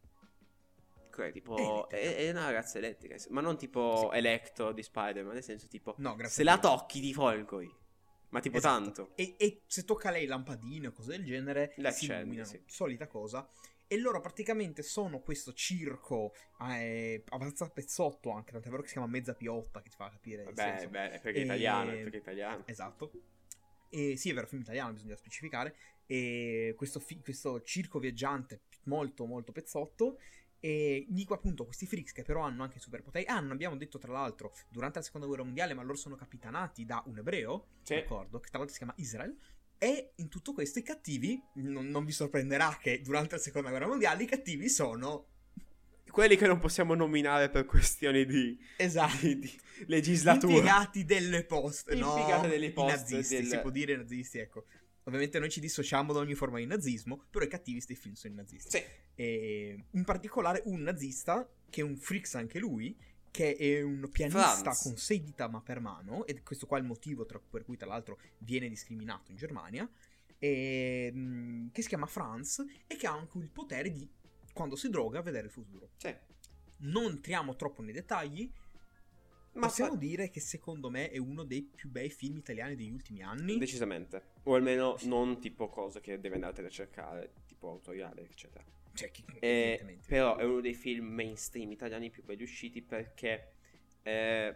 cioè, tipo, Elettrica. è, è una ragazza elettrica, ma non tipo Electro di Spider-Man, nel senso tipo, No, grazie se a la Dio. tocchi ti folgori, ma tipo Esatto. tanto. E, e se tocca a lei lampadine o cose del genere, Le si accende, illuminano. sì. Solita cosa. E loro praticamente sono questo circo eh, abbastanza pezzotto anche, tant'è vero che si chiama Mezza Piotta, che ti fa capire il Vabbè, senso. beh, è perché è E- italiano, è perché è italiano. Esatto. E sì, è vero, film italiano, bisogna specificare. E questo, fi- questo circo viaggiante molto molto pezzotto. E dico appunto questi freaks che però hanno anche superpoteri. Ah, non abbiamo detto tra l'altro durante la seconda guerra mondiale, ma loro sono capitanati da un ebreo, Sì. d'accordo, che tra l'altro si chiama Israel. E in tutto questo i cattivi, non, non vi sorprenderà che durante la seconda guerra mondiale i cattivi sono Quelli che non possiamo nominare per questioni di, esatto di, di legislatura. impiegati delle poste, no? Impiegati delle I poste nazisti, del- si può dire nazisti, ecco. Ovviamente noi ci dissociamo da ogni forma di nazismo, però i cattivi sti film sono i nazisti. Sì. E in particolare un nazista, che è un freaks anche lui, che è un pianista Franz. con sei dita ma per mano, e questo qua è il motivo tra- per cui tra l'altro viene discriminato in Germania, e, mh, che si chiama Franz e che ha anche il potere di, quando si droga, vedere il futuro. Sì. Non entriamo troppo nei dettagli, Ma possiamo fa- dire che secondo me è uno dei più bei film italiani degli ultimi anni. Decisamente. O almeno non tipo cose che deve andartene a cercare, tipo autoriale, eccetera. Cioè, chi- Eh, evidentemente. però è uno dei film mainstream italiani più belli usciti perché, eh,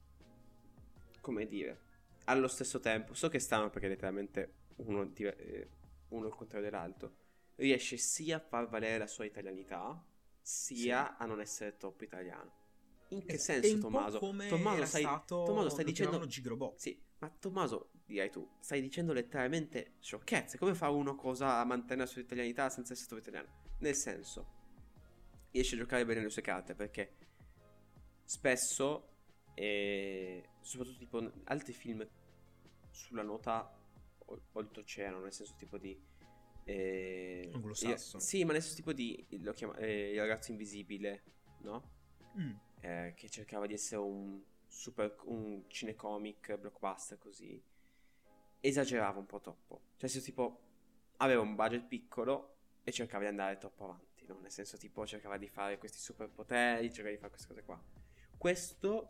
come dire, allo stesso tempo, so che stanno perché letteralmente uno, di- eh, uno il contrario dell'altro, riesce sia a far valere la sua italianità, sia a non essere troppo italiano. In che Esatto. È senso, un po' Tommaso? come Tommaso, era stai, stato, Tommaso, stai lo dicendo... chiamavano Gigrobò. Sì, ma Tommaso, direi tu, stai dicendo letteralmente sciocchezze. Come fa uno cosa a mantenere la sua italianità senza essere troppo italiano? Nel senso, riesce a giocare bene le sue carte perché spesso, e soprattutto tipo altri film sulla nota ol- oltreoceano, nel senso tipo di... Eh, Anglosassone. sì, ma nel senso tipo di... Lo chiama, eh, Il ragazzo invisibile, no? Mm. Eh, che cercava di essere un super un cinecomic blockbuster così, esagerava un po' troppo, cioè se tipo aveva un budget piccolo e cercava di andare troppo avanti, no? Nel senso tipo cercava di fare questi superpoteri, cercava di fare queste cose qua. Questo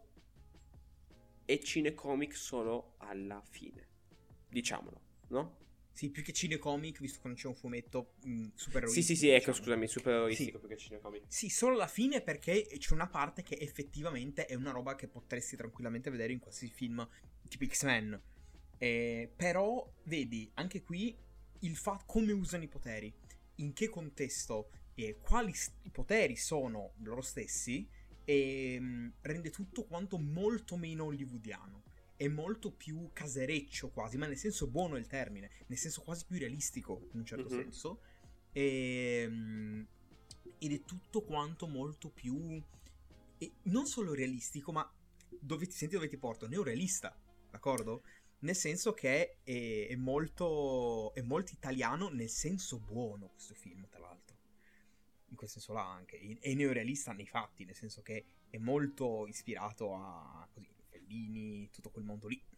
è cinecomic solo alla fine, diciamolo, no? Sì, più che cinecomic, visto che non c'è un fumetto mh, super Sì sì sì, ecco, scusami, supereroistico Sì. più che cinecomic. Sì, solo alla fine perché c'è una parte che effettivamente è una roba che potresti tranquillamente vedere in qualsiasi film tipo X-Men. Eh, però, vedi, anche qui il fatto come usano i poteri, in che contesto e quali s- i poteri sono loro stessi, e, mh, rende tutto quanto molto meno hollywoodiano. È molto più casereccio quasi, ma nel senso buono è il termine, nel senso quasi più realistico in un certo Mhm. senso. E, mh, ed è tutto quanto molto più, e non solo realistico, ma dove ti senti, dove ti porto, neorealista, d'accordo? Nel senso che è, è molto è molto italiano nel senso buono questo film, tra l'altro. In quel senso là anche. È neorealista nei fatti, nel senso che è molto ispirato a così, Fellini, tutto quel mondo lì.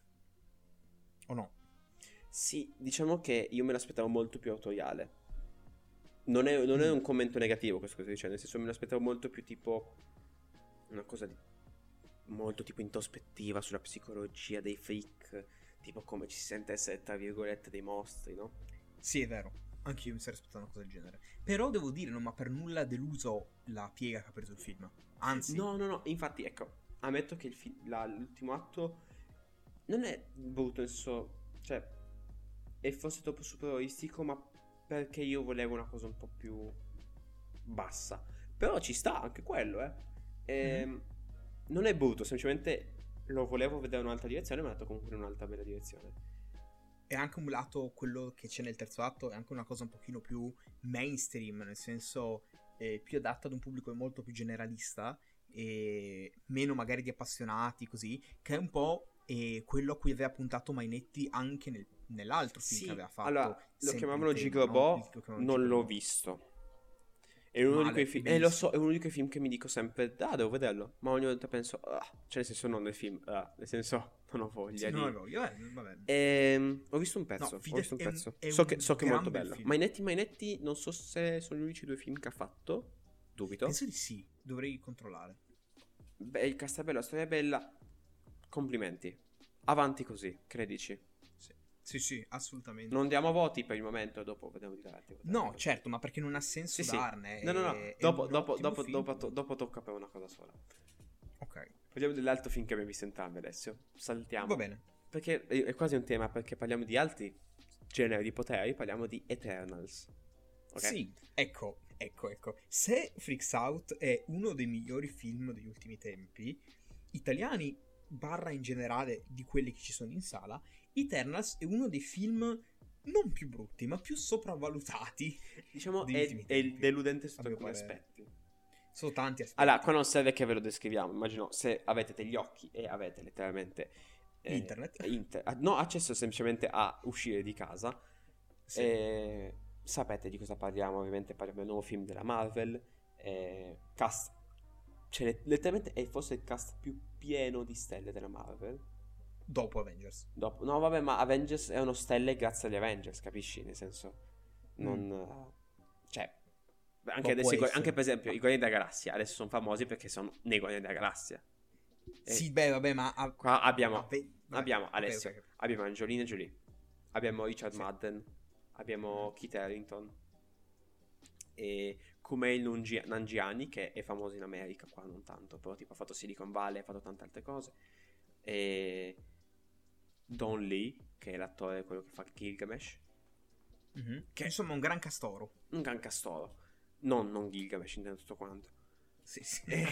O no? Sì, diciamo che io me l'aspettavo molto più autoriale. Non è, non è un commento negativo questo che sto dicendo, nel senso me l'aspettavo molto più tipo una cosa di molto tipo introspettiva sulla psicologia dei freak, tipo come ci si sente essere tra virgolette dei mostri, no? Sì, è vero, anche io mi sarei aspettato una cosa del genere. Però devo dire, non mi ha per nulla deluso la piega che ha preso il film. Anzi, No, no, no, infatti ecco, ammetto che il fi- la- l'ultimo atto non è brutto, nel senso, cioè è forse troppo superoristico, ma perché io volevo una cosa un po' più bassa. Però ci sta anche quello, eh. Ehm, Non è brutto, semplicemente lo volevo vedere in un'altra direzione, ma è andato comunque in un'altra bella direzione. è anche un lato, quello che c'è nel terzo atto, è anche una cosa un pochino più mainstream, nel senso eh, più adatta ad un pubblico molto più generalista e meno magari di appassionati, così, che è un po' eh, quello a cui aveva puntato Mainetti anche nel- nell'altro film Sì, che aveva fatto. allora, lo sempre chiamavano in tema, Gigrobò, no? Lo chiamavano non l'ho Gigrobò. visto. È uno di Male, quei film, eh, lo so, è uno di quei film che mi dico sempre, ah, devo vederlo, ma ogni volta penso, ah, cioè nel senso non nel film, ah, nel senso non ho voglia Sì, di... non avevo, io, eh, vabbè. Ehm, ho visto un pezzo, No, ho fidati, visto un è un- pezzo. è so un che, so che è gran molto bel bello. film. Mainetti, Mainetti, non so se sono gli unici due film che ha fatto, dubito. Penso di sì, dovrei controllare. Beh, il cast è bello, la storia è bella, complimenti. Avanti così, credici. Sì, sì, sì, assolutamente. Non diamo voti per il momento, dopo vediamo di darti. No, certo, ma perché non ha senso Sì, sì. darne. No, no, no, è- è dopo, un dopo, ottimo dopo, film. dopo, to- dopo tocca per una cosa sola. Ok, Parliamo dell'altro film che abbiamo visto entrambi, Alessio. Saltiamo. va bene. Perché è è quasi un tema, perché parliamo di altri generi di poteri, parliamo di Eternals. Ok? Sì, ecco, ecco, ecco. Se Freaks Out è uno dei migliori film degli ultimi tempi, italiani, barra in generale di quelli che ci sono in sala, Eternals è uno dei film non più brutti, ma più sopravvalutati. Diciamo degli è, ultimi è il tempi, deludente a sotto mio alcuni parere. aspetti. Sono tanti aspetti. Allora, qua non serve che ve lo descriviamo. Immagino se avete degli occhi e avete letteralmente eh, Internet. inter- ah, no, accesso semplicemente a uscire di casa. Sì. eh, sapete di cosa parliamo. Ovviamente parliamo del nuovo film della Marvel. eh, cast, cioè let- letteralmente è forse il cast più pieno di stelle della Marvel. Dopo Avengers. Dopo, no, vabbè, ma Avengers è uno stelle grazie agli Avengers, capisci? Nel senso, non. Mm. eh, cioè. Anche, Può adesso, i gu- essere. anche per esempio i Guardiani della Galassia adesso sono famosi perché sono nei Guardiani della Galassia. E Sì, beh, vabbè, ma... a- qua abbiamo, Ave- vabbè, abbiamo ok, Alessio, ok, ok. abbiamo Angelina Jolie, abbiamo Richard Sì. Madden, abbiamo Kit Harington e Kumail Nanji- Nanjiani, che è famoso in America, qua non tanto, però tipo ha fatto Silicon Valley, ha fatto tante altre cose, e Don Lee, che è l'attore, quello che fa Gilgamesh, Mhm. Che- Insomma, un gran castoro. un gran castoro, non, non Gilgamesh, intendo tutto quanto. Sì, sì. Eh,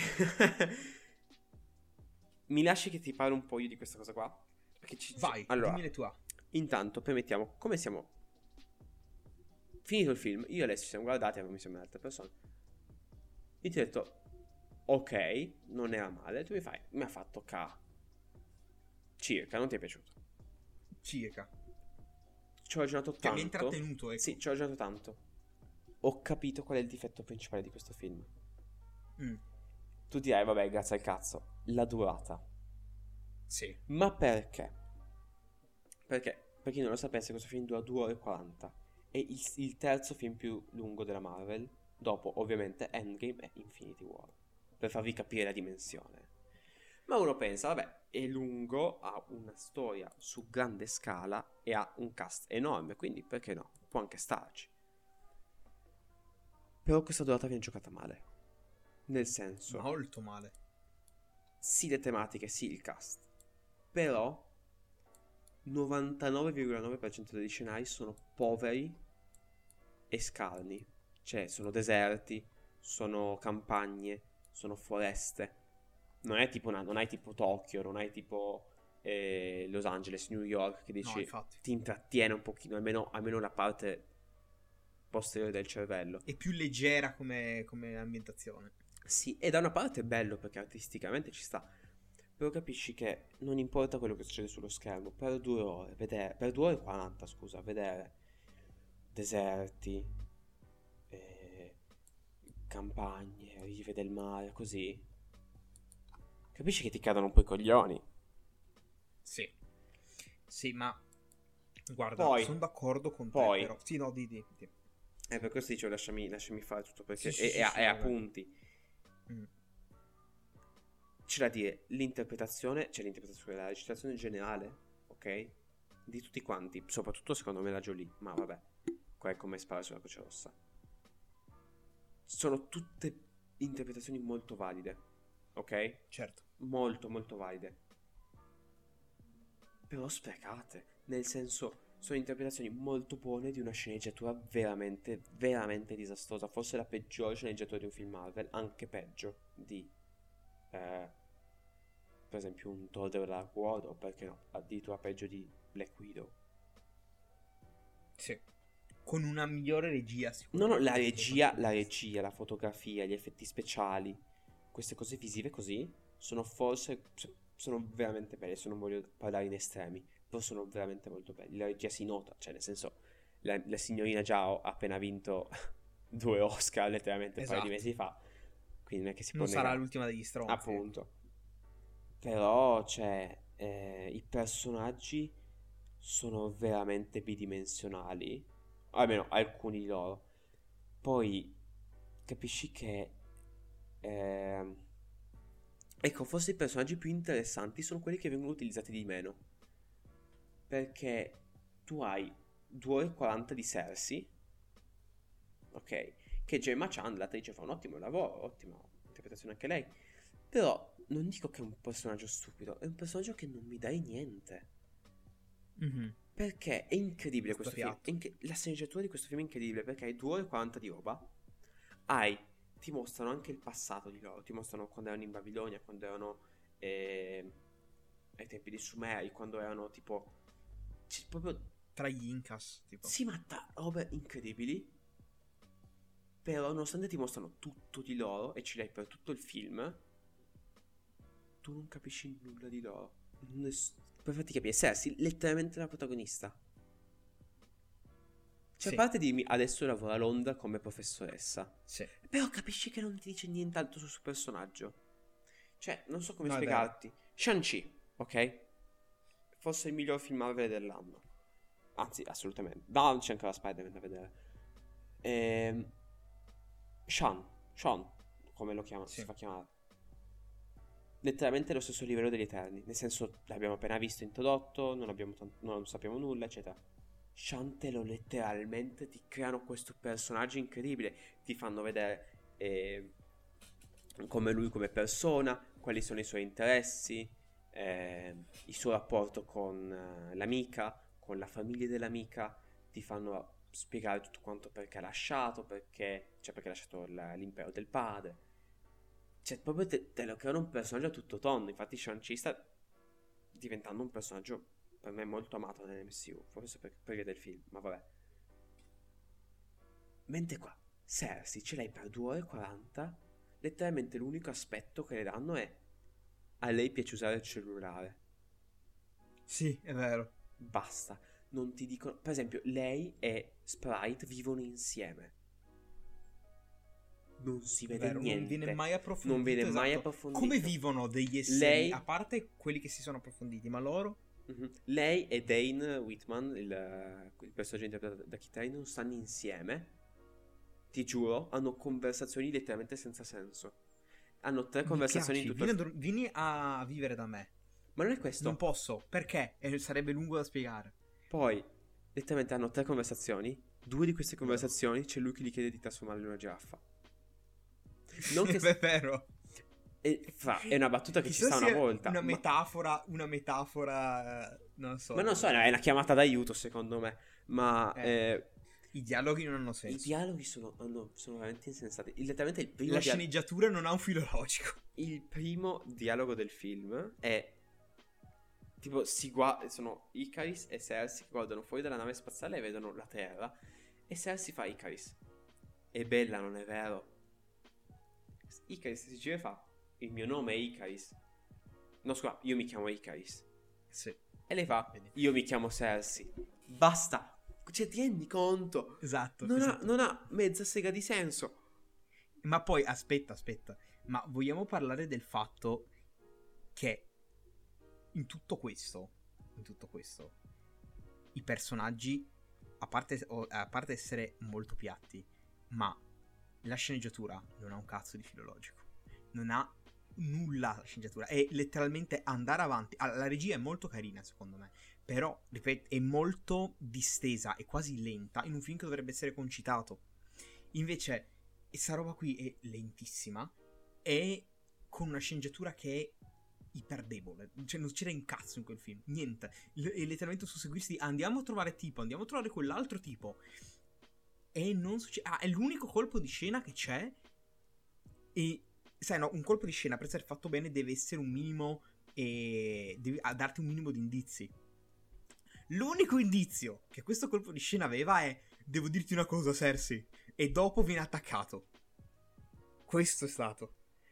Mi lasci che ti parlo un po' io di questa cosa qua? Perché ci, Vai, allora, dimmi le tue. intanto permettiamo, come siamo finito il film, io e Alessio ci siamo guardati, avevo insieme ad altre persone. Io ti ho detto, ok, non era male. Tu mi fai, mi ha fatto ca circa, non ti è piaciuto? Circa. Ci ho ragionato Cioè, tanto. mi ha intrattenuto, ecco. Sì, ci ho ragionato tanto. Ho capito qual è il difetto principale di questo film. Mm, Tu dirai, vabbè, grazie al cazzo, la durata. sì. Ma perché? Perché, per chi non lo sapesse, questo film dura due ore e quaranta. È il, il terzo film più lungo della Marvel, dopo ovviamente Endgame e Infinity War, per farvi capire la dimensione. Ma uno pensa, vabbè, è lungo, ha una storia su grande scala e ha un cast enorme, quindi perché no? Può anche starci. Però questa durata viene giocata male. Nel senso, Molto male. sì le tematiche, sì il cast, però novantanove virgola nove per cento degli scenari sono poveri e scarni. Cioè sono deserti, sono campagne, sono foreste. Non è tipo una, non hai tipo Tokyo, non hai tipo eh, Los Angeles, New York, che dici No, infatti. ti intrattiene un pochino, almeno, almeno la parte posteriore del cervello. È più leggera come, come ambientazione. Sì, e da una parte è bello perché artisticamente ci sta, però capisci che non importa quello che succede sullo schermo, per due ore, vedere, per due ore e quaranta, scusa, vedere deserti, eh, campagne, rive del mare, così, capisci che ti cadono un po' i coglioni. Sì. Sì, ma guarda, Poi- sono d'accordo con te, poi- però. Sì, no, di, di, di. E per questo dicevo lasciami, lasciami fare tutto perché Sì, sì, è, sì, è a- sì, è a vabbè. punti. Mm. C'è da dire, l'interpretazione, cioè l'interpretazione, la recitazione generale, ok? Di tutti quanti, soprattutto secondo me la Jolie, ma vabbè, qua è come spara sulla Croce Rossa. Sono tutte interpretazioni molto valide, ok? Certo. Molto, molto valide. Però sprecate, nel senso, sono interpretazioni molto buone di una sceneggiatura veramente, veramente disastrosa. Forse la peggiore sceneggiatura di un film Marvel, anche peggio di, eh, per esempio, un Thor The Dark World, o perché no, addirittura peggio di Black Widow. Sì. Con una migliore regia, No, sicuramente. no, la regia, la regia, la fotografia, gli effetti speciali, queste cose visive così, sono forse, sono veramente belle, se non voglio parlare in estremi, però sono veramente molto belli. La regia si nota, cioè nel senso, la, la signorina Zhao ha appena vinto due Oscar letteralmente un paio di Esatto. mesi fa, quindi non è che si può Non sarà negare. l'ultima degli stronzi. Appunto. Però, cioè, eh, i personaggi sono veramente bidimensionali, almeno alcuni di loro. Poi capisci che, ehm, ecco, forse i personaggi più interessanti sono quelli che vengono utilizzati di meno. Perché tu hai due ore e quaranta di Cersei, ok? Che Gemma Chan, l'attrice, fa un ottimo lavoro, ottima interpretazione anche lei. Però non dico che è un personaggio stupido, è un personaggio che non mi dai niente. Mhm. Perché è incredibile questo film. Storiato. è inc- la sceneggiatura di questo film è incredibile perché hai due ore e quaranta di roba. Hai, ti mostrano anche il passato di loro. Ti mostrano quando erano in Babilonia, quando erano eh, ai tempi dei Sumeri, quando erano tipo. C'è proprio. Tra gli Incas, tipo. Sì, ma ta- robe incredibili. Però nonostante ti mostrano tutto di loro e ce l'hai per tutto il film, tu non capisci nulla di loro. Ness- per farti capire, Cersei letteralmente la protagonista. Cioè, Sì. a parte dirmi adesso lavora a Londra come professoressa, Sì. però capisci che non ti dice nient'altro sul suo personaggio. Cioè, non so come No, è spiegarti. Shang-Chi, ok? Forse il miglior film Marvel dell'anno. Anzi, assolutamente. No, c'è ancora Spider-Man da vedere. Ehm... Sean, Sean, come lo chiama, Sì. si fa chiamare. Letteralmente lo stesso livello degli Eterni. Nel senso, l'abbiamo appena visto introdotto, non, abbiamo tant- non sappiamo nulla, eccetera. Sean te lo letteralmente ti creano questo personaggio incredibile. Ti fanno vedere eh, come lui come persona, quali sono i suoi interessi, eh, il suo rapporto con eh, l'amica, con la famiglia dell'amica. Ti fanno spiegare tutto quanto perché ha lasciato, perché, cioè perché ha lasciato l- l'impero del padre. Cioè proprio te, te lo creano un personaggio a tutto tondo. Infatti Shang-Chi sta diventando un personaggio per me molto amato nell'M C U, forse per, per via del film, ma vabbè. Mentre qua Cersei ce l'hai per due ore e quaranta. Letteralmente l'unico aspetto che le danno è a lei piace usare il cellulare. Sì, è vero. Basta. Non ti dicono. Per esempio, lei e Sprite vivono insieme. Non si È vede vero, niente. non viene mai approfondito. Non viene mai esatto. approfondito. Come vivono degli esseri, Lei- a parte quelli che si sono approfonditi, ma loro? Mhm. Lei e Dane Whitman, il, il personaggio interpretato da Kit Harington, stanno insieme. Ti giuro, hanno conversazioni letteralmente senza senso. Hanno tre Mi conversazioni in piaci, tutto il vieni, a dor- vieni a vivere da me. Ma non è questo. Non posso, perché? E sarebbe lungo da spiegare. Poi, letteralmente hanno tre conversazioni. Due di queste conversazioni c'è lui che gli chiede di trasformarlo in una giraffa. Non che è vero. E fra, è una battuta che ci Chissà sta se una volta. Una ma- metafora, una metafora, eh, non so. Ma non so, è una chiamata d'aiuto secondo me. Ma Eh, eh, I dialoghi non hanno i senso. dialoghi sono, hanno- sono veramente insensati. Il- Letteralmente il primo, La dia- sceneggiatura non ha un filo logico. il primo dialogo del film è tipo si guarda, sono Icaris e Cersei che guardano fuori dalla nave spaziale e vedono la Terra E Cersei fa Icaris. È bella, non è vero? Icaris si gira e fa: il mio nome è Icaris. No, scusa, io mi chiamo Icaris. Sì. E lei fa: Vedi. io mi chiamo Cersei. Basta. Cioè, ti rendi conto? Esatto. Non, esatto. Ha, non ha mezza sega di senso. Ma poi, aspetta, aspetta. Ma vogliamo parlare del fatto che in tutto questo, in tutto questo, i personaggi, a parte, o- a parte essere molto piatti, ma la sceneggiatura non ha un cazzo di filologico. Non ha nulla la sceneggiatura. È letteralmente andare avanti. Ah, la regia è molto carina, secondo me. Però, ripeto, è molto distesa e quasi lenta in un film che dovrebbe essere concitato. Invece, questa roba qui è lentissima e con una sceneggiatura che è iper debole. Cioè, non c'era un cazzo in quel film. Niente. L- è letteralmente susseguirsi di andiamo a trovare tipo, andiamo a trovare quell'altro tipo. E non succede. Ah, è l'unico colpo di scena che c'è. E sai, no, un colpo di scena, per essere fatto bene, deve essere un minimo. E devi a darti un minimo di indizi. L'unico indizio che questo colpo di scena aveva è: devo dirti una cosa, Cersei. E dopo viene attaccato. Questo è stato.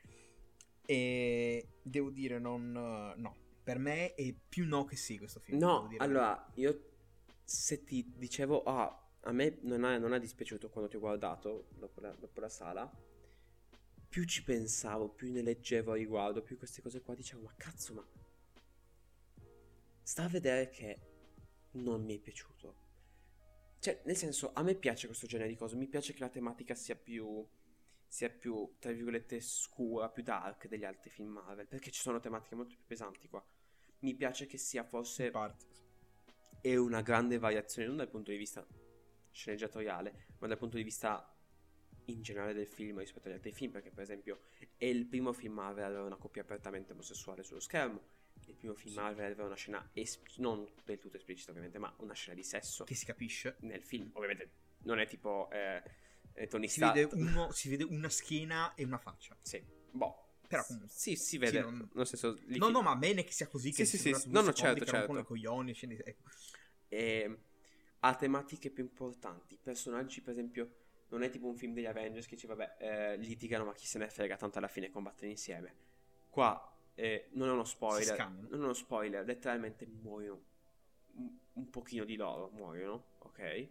E devo dire, non. No. Per me è più no che sì questo film. devo No, dire. allora, io se ti dicevo, ah, a me non ha, non ha dispiaciuto quando ti ho guardato dopo la, dopo la sala, più ci pensavo, più ne leggevo a riguardo, più queste cose qua dicevo, ma cazzo, ma sta a vedere che non mi è piaciuto. Cioè, nel senso, a me piace questo genere di cose, mi piace che la tematica sia più, sia più, tra virgolette, scura, più dark degli altri film Marvel, perché ci sono tematiche molto più pesanti qua. Mi piace che sia forse Parte. è una grande variazione, non dal punto di vista sceneggiatoriale, ma dal punto di vista in generale del film rispetto agli altri film, perché per esempio è il primo film Marvel ad avere una coppia apertamente omosessuale sullo schermo, il primo film Sì. Marvel ad avere una scena es- non del tutto esplicita ovviamente, ma una scena di sesso Che si capisce. nel film. Ovviamente non è tipo eh, eh, Tony Si Stark. vede, uno, si vede una schiena e una faccia. Sì, boh. Però comunque. Sì, si vede, Sì, non- nel senso lì No, fi- no, ma bene che sia così. Sì, Che sì, sembra sì, due no, no, secondi certo, che rompono certo. i coglioni. scende- ecco. E ha tematiche più importanti. Personaggi, per esempio, non è tipo un film degli Avengers che dice, vabbè, eh, litigano, ma chi se ne frega, tanto alla fine combattono insieme. Qua eh, non è uno Si spoiler, scambiano. non è uno spoiler, letteralmente muoiono. Un, un pochino di loro muoiono, ok?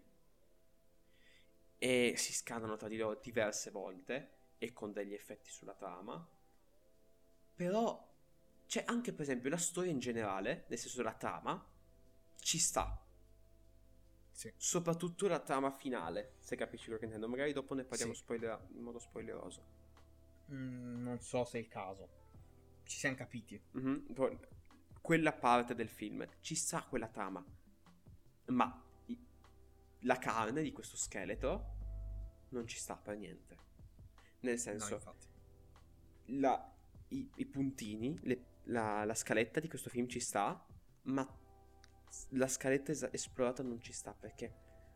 E si scadono tra di loro diverse volte e con degli effetti sulla trama. Però c'è anche, per esempio, la storia in generale, nel senso della trama, ci sta. Sì. Soprattutto la trama finale, se capisci quello che intendo. Magari dopo ne parliamo Sì. spoiler- in modo spoileroso. Mm, non so se è il caso. Ci siamo capiti. Mhm. Poi, quella parte del film, ci sta quella trama. Ma i- la carne di questo scheletro non ci sta per niente. Nel No, senso, infatti. la- i, i puntini, le- la, la scaletta di questo film ci sta, ma la scaletta es- esplorata non ci sta perché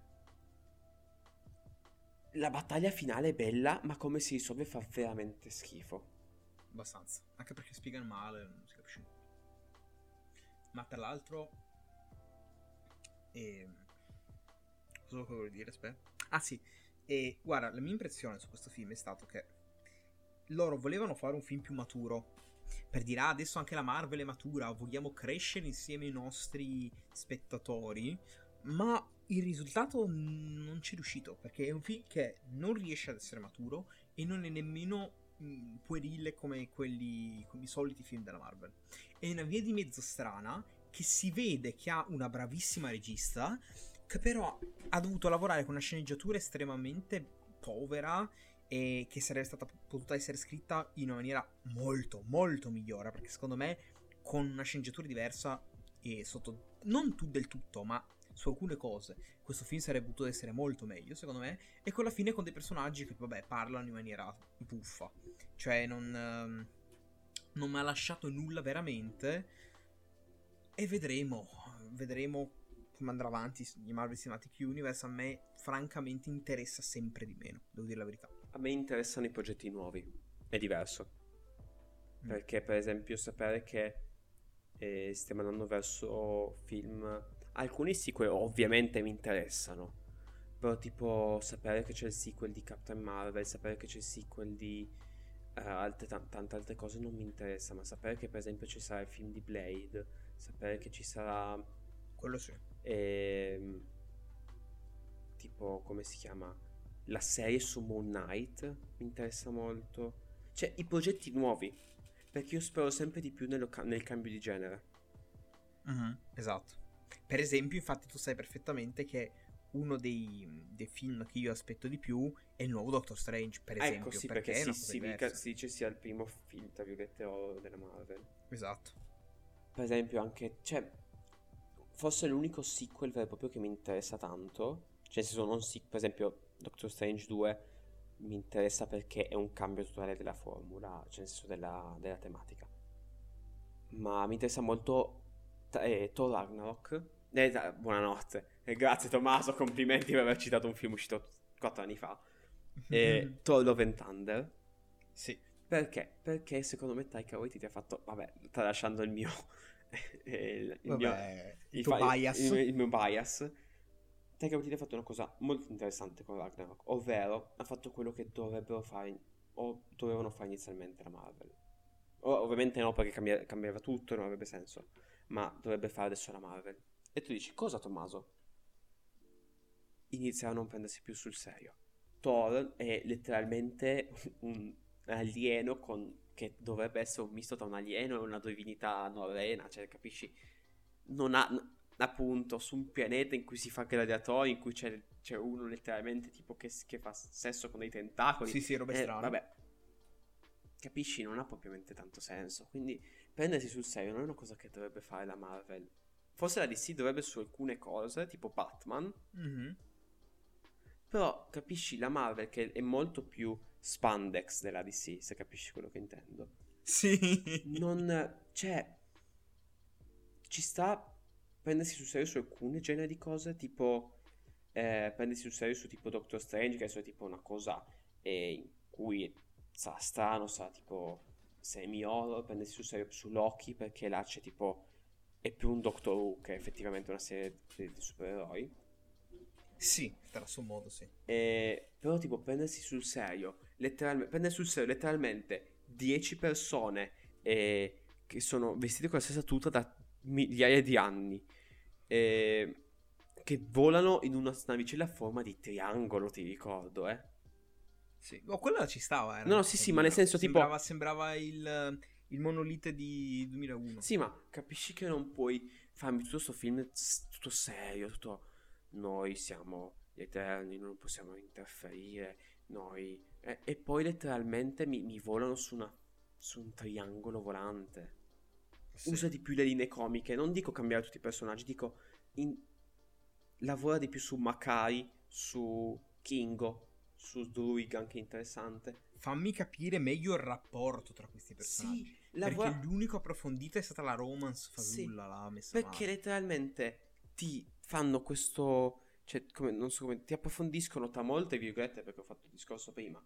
la battaglia finale è bella, ma come si risolve fa veramente schifo. Abbastanza. Anche perché spiegano male, non si capisce nulla. Ma tra l'altro. E... Cosa volevo dire? Aspetta. Ah sì. E guarda, la mia impressione su questo film è stato che loro volevano fare un film più maturo. Per dire, ah, adesso anche la Marvel è matura, vogliamo crescere insieme ai nostri spettatori. Ma il risultato non ci è riuscito. Perché è un film che non riesce ad essere maturo e non è nemmeno mh, puerile come quelli, come i soliti film della Marvel. È una via di mezzo strana che si vede che ha una bravissima regista, che però ha dovuto lavorare con una sceneggiatura estremamente povera e che sarebbe stata potuta essere scritta in una maniera molto molto migliore, perché secondo me con una sceneggiatura diversa e sotto non tu del tutto, ma su alcune cose questo film sarebbe potuto essere molto meglio secondo me, e con la fine con dei personaggi che vabbè parlano in maniera buffa, cioè non ehm, non mi ha lasciato nulla veramente, e vedremo vedremo come andrà avanti i Marvel Cinematic Universe. A me francamente interessa sempre di meno, devo dire la verità. A me interessano i progetti nuovi, è diverso. Mm. Perché per esempio sapere che eh, stiamo andando verso film, alcuni sequel ovviamente mi interessano, Però tipo sapere che c'è il sequel di Captain Marvel, sapere che c'è il sequel di eh, altre, tan- tante altre cose non mi interessa, ma sapere che per esempio ci sarà il film di Blade, sapere che ci sarà Quello sì. ehm, tipo come si chiama, la serie su Moon Knight mi interessa molto, cioè i progetti nuovi, perché io spero sempre di più nello ca- nel cambio di genere. Mhm, esatto. Per esempio, infatti, tu sai perfettamente che uno dei, dei film che io aspetto di più è il nuovo Doctor Strange, per esempio. Ecco sì, perché, perché, è una si, cosa si, dica- diversa. si dice sia il primo film tra virgolette horror della Marvel. Esatto. Per esempio anche, cioè, forse l'unico sequel vero e proprio che mi interessa tanto, cioè nel senso non si, per esempio Doctor Strange due mi interessa perché è un cambio totale della formula, cioè nel senso della, della tematica. Ma mi interessa molto t- eh, Thor Ragnarok. Eh, da- buonanotte. E grazie Tommaso, complimenti per aver citato un film uscito quattro anni fa. E Thor Love and Thunder. Sì. Perché? Perché secondo me Taika Waititi ha fatto, vabbè, tralasciando il mio il, il mio Vabbè, il il tuo fa- bias. il, il mio bias. Taika Waititi ha fatto una cosa molto interessante con Ragnarok, ovvero ha fatto quello che dovrebbero fare o dovevano fare inizialmente la Marvel. O- ovviamente no, perché cambia- cambiava tutto, non avrebbe senso, ma dovrebbe fare adesso la Marvel. E tu dici, cosa Tommaso? Iniziare a non prendersi più sul serio. Thor è letteralmente un alieno con... che dovrebbe essere un misto tra un alieno e una divinità norrena, cioè capisci? Non ha... n- appunto, su un pianeta in cui si fa gladiatori, in cui c'è, c'è uno letteralmente tipo che, che fa sesso con dei tentacoli. Sì, sì, roba Eh, strana. vabbè, capisci? Non ha propriamente tanto senso. Quindi prendersi sul serio non è una cosa che dovrebbe fare la Marvel. Forse la D C dovrebbe su alcune cose, tipo Batman. Mhm. Però capisci la Marvel che è molto più spandex della D C, se capisci quello che intendo. Sì. Non... cioè... ci sta prendersi sul serio su alcune generi di cose, tipo... Eh, prendersi sul serio su tipo Doctor Strange, che adesso è tipo una cosa eh, in cui sarà strano, sarà tipo semi-horror, prendersi sul serio su Loki, perché là c'è tipo... è più un Doctor Who che è effettivamente una serie di, di supereroi. Sì, per suo modo, sì. Eh, però tipo prendersi sul serio, letteralmente, prendere sul serio letteralmente dieci persone eh, che sono vestite con la stessa tuta da migliaia di anni, eh, che volano in una navicella a forma di triangolo, ti ricordo, eh. Sì. Oh, quella ci stava, era. No, no, sì, sì, ma nel senso tipo... sembrava, sembrava il, il monolite di duemilauno. Sì, ma capisci che non puoi farmi tutto sto film s- tutto serio, tutto... Noi siamo gli Eterni, non possiamo interferire, noi... E, e poi letteralmente mi, mi volano su, una, su un triangolo volante. Sì. Usa di più le linee comiche, non dico cambiare tutti i personaggi, dico... In... lavora di più su Makai, su Kingo, su Druig, anche interessante. Fammi capire meglio il rapporto tra questi personaggi. Sì, lavora... Perché l'unico approfondito è stata la romance Sì, fasulla, l'ha messa perché male. letteralmente ti fanno questo, cioè come, non so come, ti approfondiscono tra molte virgolette, perché ho fatto il discorso prima,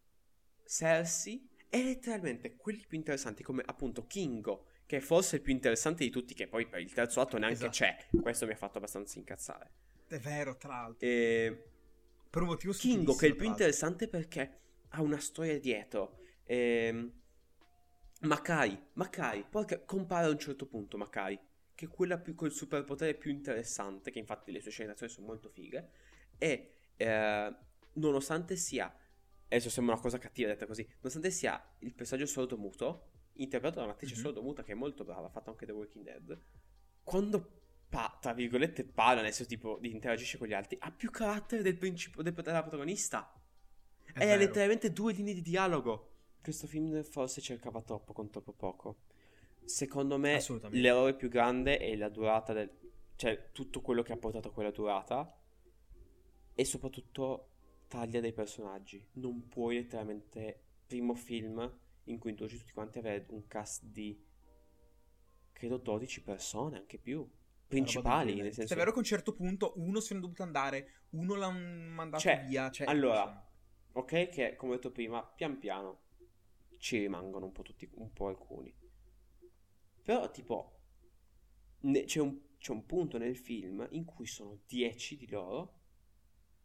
Cersei, e letteralmente quelli più interessanti come appunto Kingo, che è forse il più interessante di tutti, che poi per il terzo atto neanche Esatto. c'è. Questo mi ha fatto abbastanza incazzare. È vero, tra l'altro. E... Per un motivo Kingo, che è il più stupidissimo, tra interessante perché ha una storia dietro. Ehm... Makai, Makai, poi che compare a un certo punto Makai, che è quella più, col superpotere più interessante, che infatti le sue scene d'azione sono molto fighe, e eh, nonostante sia, adesso sembra una cosa cattiva detta così, nonostante sia il personaggio sordo-muto, interpretato da un'attrice Mhm. sordo-muta che è molto brava, ha fatto anche The Walking Dead, quando, pa- tra virgolette, parla nel suo tipo di interagisce con gli altri, ha più carattere del principio del, della protagonista, È e ha vero. letteralmente due linee di dialogo. Questo film forse cercava troppo con troppo poco. Secondo me Assolutamente. l'errore più grande è la durata del... cioè tutto quello che ha portato a quella durata, e soprattutto taglia dei personaggi. Non puoi letteralmente, primo film in cui introduci tutti quanti, avere un cast di credo dodici persone, anche più principali, nel senso... È vero che a un certo punto uno se ne è dovuto andare, uno l'ha mandato Cioè, via. Cioè, allora, ok, che come ho detto prima, pian piano ci rimangono un po' tutti, un po' alcuni. Però, tipo, ne- c'è un, c'è un punto nel film in cui sono dieci di loro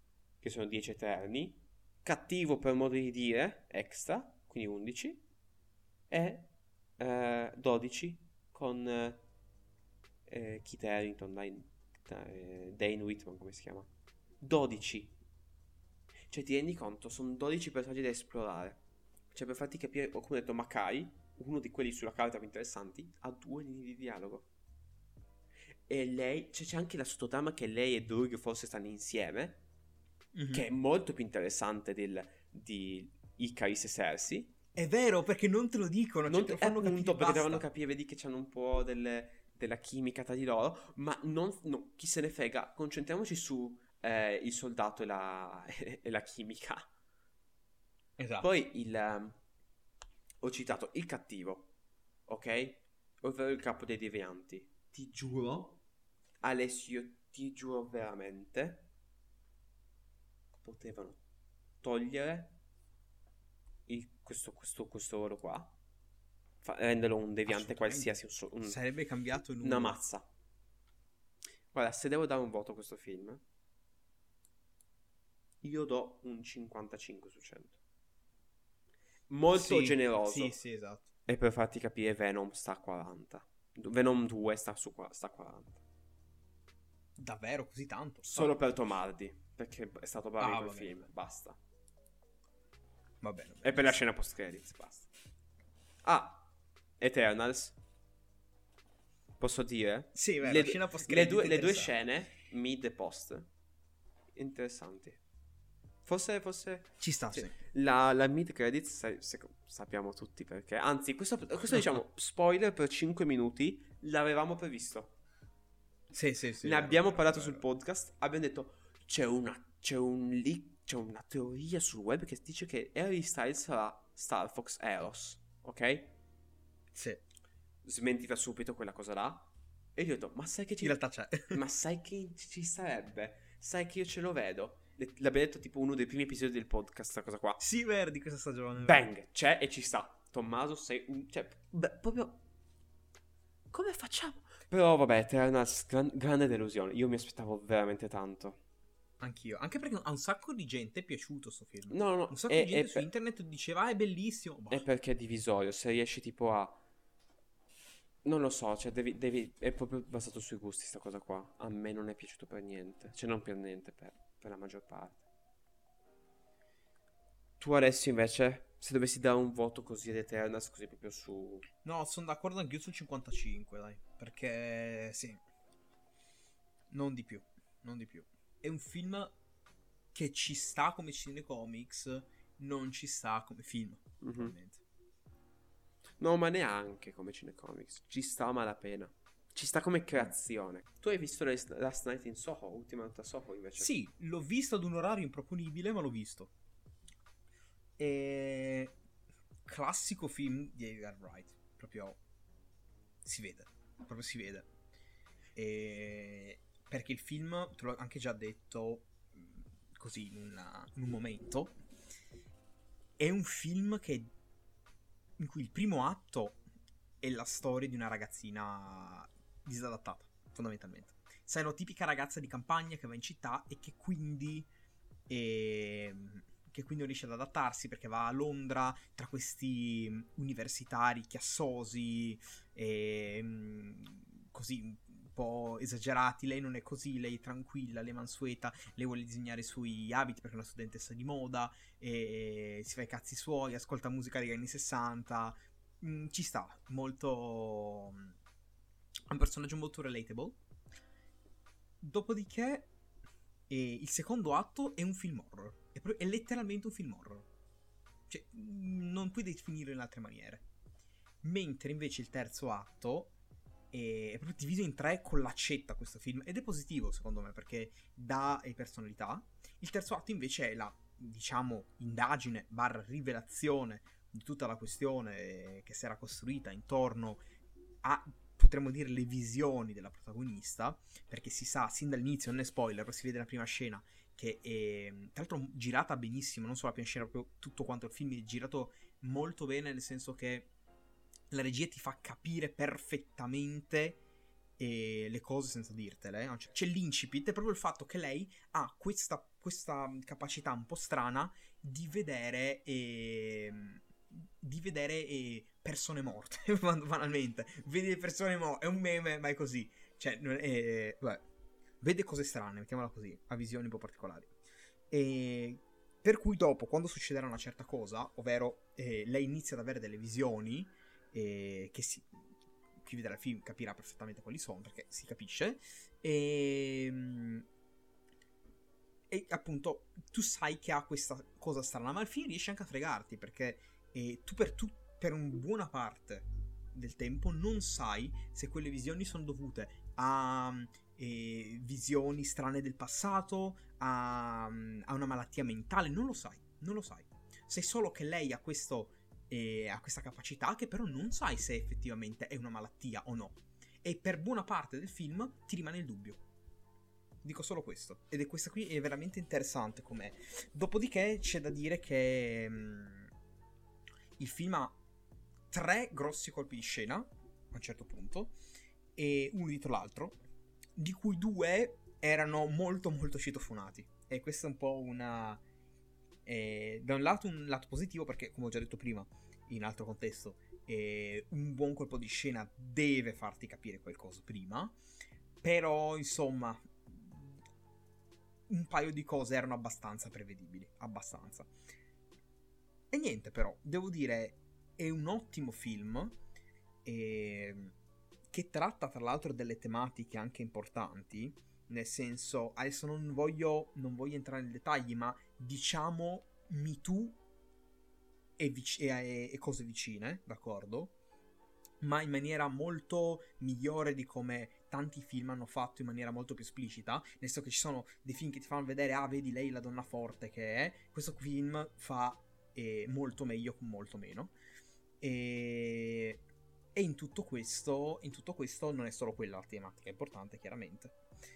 che sono dieci Eterni, cattivo per modo di dire, extra, quindi undici, e eh, dodici con eh, eh, Kit Harington, Dane, eh, Dane Whitman, come si chiama? dodici. Cioè ti rendi conto, sono dodici personaggi da esplorare. Cioè per farti capire, come ho detto, Makai, uno di quelli sulla carta più interessanti, ha due linee di dialogo. E lei, cioè c'è anche la sottotrama che lei e Durg forse stanno insieme, Mhm. che è molto più interessante del, di Icaris e Cersei. È vero, perché non te lo dicono, Non cioè, te lo è fanno appunto capire, perché basta. devono capire, vedi che c'hanno un po' delle- della chimica tra di loro, ma non, no, chi se ne frega, concentriamoci su eh, il soldato e la, e la chimica. Esatto. Poi il ehm, ho citato il cattivo, ok? Ovvero il capo dei devianti. Ti giuro, Alessio, ti giuro veramente, potevano togliere il- questo, questo, questo ruolo qua, fa- renderlo un deviante Assolutamente. qualsiasi, un so- un- Sarebbe cambiato il una numero. mazza. Guarda, se devo dare un voto a questo film, io do un cinquantacinque su cento. Molto Sì, generoso. Sì, sì, esatto. E per farti capire, Venom sta a quaranta. Venom due sta, su, qua- sta a quaranta. Davvero così tanto? Solo per Tom Hardy, perché è stato bravo Ah, in quel va bene. film. Basta. Va bene. va E bene. per la scena post credits, basta. Ah, Eternals. Posso dire? Sì, vero, le, la scena post le due, credit le due interessante. scene, mid e post, interessanti. Forse, forse... Ci sta, sì. sì. La, la mid credits sa- se- sappiamo tutti perché. Anzi, questo, questo diciamo, spoiler per cinque minuti, l'avevamo previsto. Sì, sì, sì. ne vero, abbiamo vero, parlato vero. sul podcast. Abbiamo detto c'è una c'è un leak, c'è una teoria sul web che dice che Harry Styles sarà Star Fox Eros, ok? Sì. Smentita subito quella cosa là. E io ho detto, ma sai che ci In realtà c'è. ma sai che ci sarebbe? Sai che io ce lo vedo? Le- L'abbiamo detto tipo uno dei primi episodi del podcast, questa cosa qua. Sì, vero, di questa stagione. Bang, c'è e ci sta. Tommaso sei un... Cioè, beh, proprio... Come facciamo? Però vabbè, Eternals, gran- grande delusione. Io mi aspettavo veramente tanto. Anch'io. Anche perché a un sacco di gente è piaciuto sto film. No, no, Un sacco è, di gente è su per- internet diceva, ah, è bellissimo. Boh. è perché è divisorio. Se riesci tipo a... Non lo so, cioè devi, devi... È proprio basato sui gusti sta cosa qua. A me non è piaciuto per niente. Cioè non per niente, per, per la maggior parte. Tu Alessio invece, se dovessi dare un voto così ad Eternals, così proprio su... No, sono d'accordo anch'io sul cinquantacinque, dai. Perché, sì. Non di più. Non di più. È un film che ci sta come cinecomics, non ci sta come film. Mhm. probabilmente. No, ma neanche come cinecomics. Ci sta a malapena. Ci sta come creazione. Tu hai visto Last Last Night in Soho, Ultima Notte a Soho invece? Sì, l'ho visto ad un orario improponibile, ma l'ho visto. E... classico film di Edgar Wright. Proprio si vede. Proprio si vede. E... perché il film, te l'ho anche già detto così in, una- in un momento, è un film che in cui il primo atto è la storia di una ragazzina disadattata, fondamentalmente. Sai, una tipica ragazza di campagna che va in città e che quindi ehm, che quindi non riesce ad adattarsi perché va a Londra tra questi mm, universitari chiassosi e mm, così un po' esagerati. Lei non è così, lei è tranquilla, lei è mansueta, lei vuole disegnare i suoi abiti perché è una studentessa di moda e si fa i cazzi suoi, ascolta musica degli anni sessanta. Mm, ci sta, molto... è un personaggio molto relatable. Dopodiché eh, il secondo atto è un film horror, è, pro- è letteralmente un film horror, cioè mm, non puoi definirlo in altre maniere. Mentre invece il terzo atto è, è proprio diviso in tre con l'accetta questo film, ed è positivo secondo me perché dà eh, personalità. Il terzo atto invece è la, diciamo, indagine barra rivelazione di tutta la questione eh, che si era costruita intorno a, potremmo dire, le visioni della protagonista, perché si sa sin dall'inizio, non è spoiler, però si vede nella prima scena che è tra l'altro girata benissimo, non solo la prima scena, proprio tutto quanto il film è girato molto bene, nel senso che la regia ti fa capire perfettamente eh, le cose senza dirtele. No? Cioè, c'è l'incipit, è proprio il fatto che lei ha questa, questa capacità un po' strana di vedere e di vedere e persone morte, banalmente. Vedi le persone morte, è un meme, ma è così. Cioè, non è, vabbè, vede cose strane, mettiamola così, ha visioni un po' particolari. E per cui dopo, quando succederà una certa cosa, ovvero eh, lei inizia ad avere delle visioni, eh, che si, chi vedrà il film capirà perfettamente quali sono, perché si capisce, e, e appunto tu sai che ha questa cosa strana, ma al fine riesci anche a fregarti, perché eh, tu per, tu per una buona parte del tempo non sai se quelle visioni sono dovute a eh, visioni strane del passato, a, a una malattia mentale, non lo sai, non lo sai. Sai solo che lei ha questo eh, ha questa capacità, che però non sai se effettivamente è una malattia o no. E per buona parte del film ti rimane il dubbio. Dico solo questo. Ed è questa qui è veramente interessante com'è. Dopodiché c'è da dire che mh, il film ha tre grossi colpi di scena a un certo punto, e uno dietro l'altro, di cui due erano molto molto citofonati. E questo è un po' una eh, da un lato un lato positivo, perché come ho già detto prima in altro contesto, eh, un buon colpo di scena deve farti capire qualcosa prima. Però insomma un paio di cose erano abbastanza prevedibili, abbastanza. E niente, però devo dire è un ottimo film, eh, che tratta tra l'altro delle tematiche anche importanti, nel senso, adesso non voglio, non voglio entrare nei dettagli, ma diciamo Me Too e, vic- e, e cose vicine, d'accordo? Ma in maniera molto migliore di come tanti film hanno fatto, in maniera molto più esplicita, nel senso che ci sono dei film che ti fanno vedere, ah vedi lei la donna forte che è, questo film fa eh, molto meglio con molto meno. E, e in tutto questo in tutto questo non è solo quella la tematica importante, chiaramente,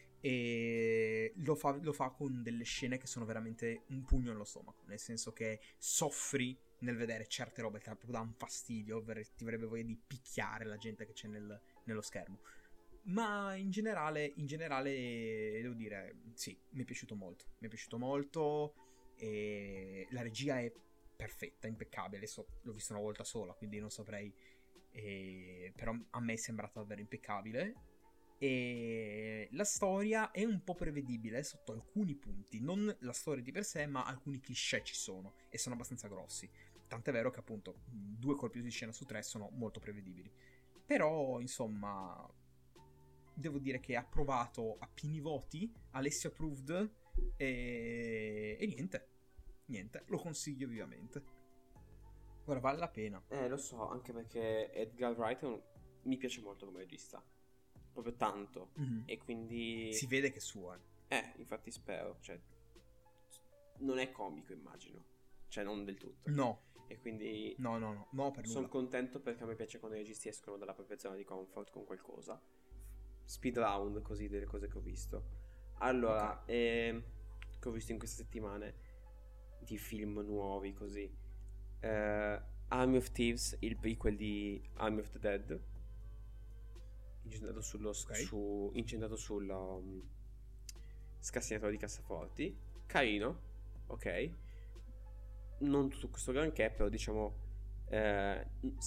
e lo fa, lo fa con delle scene che sono veramente un pugno nello stomaco, nel senso che soffri nel vedere certe robe che proprio dà un fastidio, ti avrebbe voglia di picchiare la gente che c'è nel, nello schermo. Ma in generale in generale devo dire sì, mi è piaciuto molto mi è piaciuto molto e la regia è perfetta, impeccabile. Adesso l'ho visto una volta sola, quindi non saprei, eh, però a me è sembrata davvero impeccabile. E la storia è un po' prevedibile sotto alcuni punti, non la storia di per sé, ma alcuni cliché ci sono e sono abbastanza grossi, tant'è vero che appunto due colpi di scena su tre sono molto prevedibili. Però insomma devo dire che ha provato a pieni voti, Alessio approved, e, e niente Niente, lo consiglio vivamente. Ora vale la pena. Eh, lo so, anche perché Edgar Wright è un... mi piace molto come regista. Proprio tanto. Mm-hmm. E quindi... si vede che è suo, eh. Eh, infatti spero. Cioè, non è comico, immagino. Cioè, non del tutto. No. E quindi... No, no, no, no per nulla. Sono contento perché a me piace quando i registi escono dalla propria zona di comfort con qualcosa. Speed round, così, delle cose che ho visto. Allora, okay. eh, che ho visto in queste settimane di film nuovi così, uh, Army of Thieves, il prequel di Army of the Dead, incentrato sullo okay. su, incentrato sul um, scassinatore di cassaforti, carino, ok, non tutto questo granché, però diciamo eh,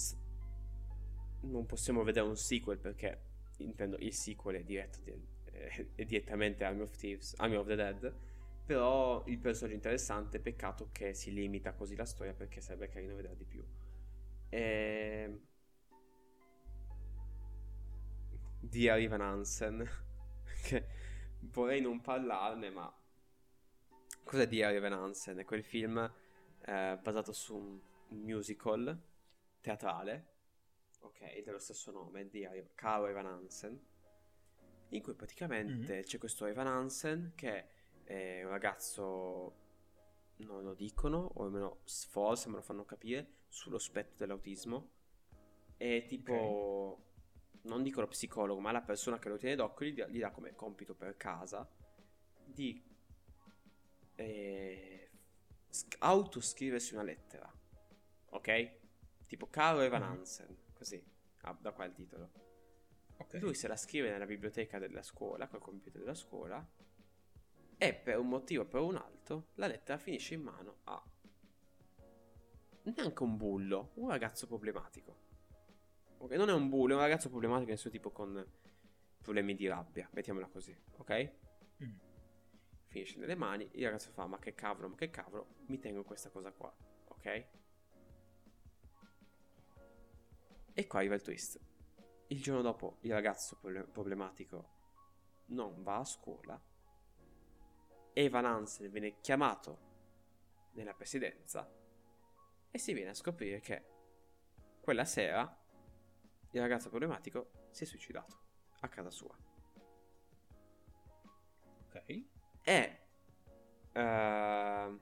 non possiamo vedere un sequel perché intendo il sequel è diretto di, eh, è direttamente Army of Thieves, Army of the Dead. Però il personaggio è interessante, peccato che si limita così la storia, perché sarebbe carino vedere di più. E... Dear Evan Hansen, che vorrei non parlarne, ma cos'è Dear Evan Hansen? È quel film eh, basato su un musical teatrale, ok, dello stesso nome, Dear Caro Evan Hansen, in cui praticamente mm-hmm. c'è questo Evan Hansen che è un ragazzo, non lo dicono, o almeno forse me lo fanno capire, sullo spettro dell'autismo. È tipo, okay. non dico lo psicologo, ma la persona che lo tiene d'occhio gli, gli dà come compito per casa di eh, autoscriversi una lettera, ok? Tipo caro Evan mm. Hansen, così, ah, da qua il titolo. Okay. Lui se la scrive nella biblioteca della scuola, col computer della scuola, E per un motivo o per un altro, la lettera finisce in mano a neanche un bullo, un ragazzo problematico. Ok, non è un bullo, è un ragazzo problematico nel suo tipo con problemi di rabbia, mettiamola così, ok? Mm. Finisce nelle mani, il ragazzo fa ma che cavolo, ma che cavolo, mi tengo questa cosa qua, ok? E qua arriva il twist. Il giorno dopo il ragazzo proble- problematico non va a scuola. Evan Hansen viene chiamato nella presidenza e si viene a scoprire che quella sera il ragazzo problematico si è suicidato a casa sua. Ok. E uh,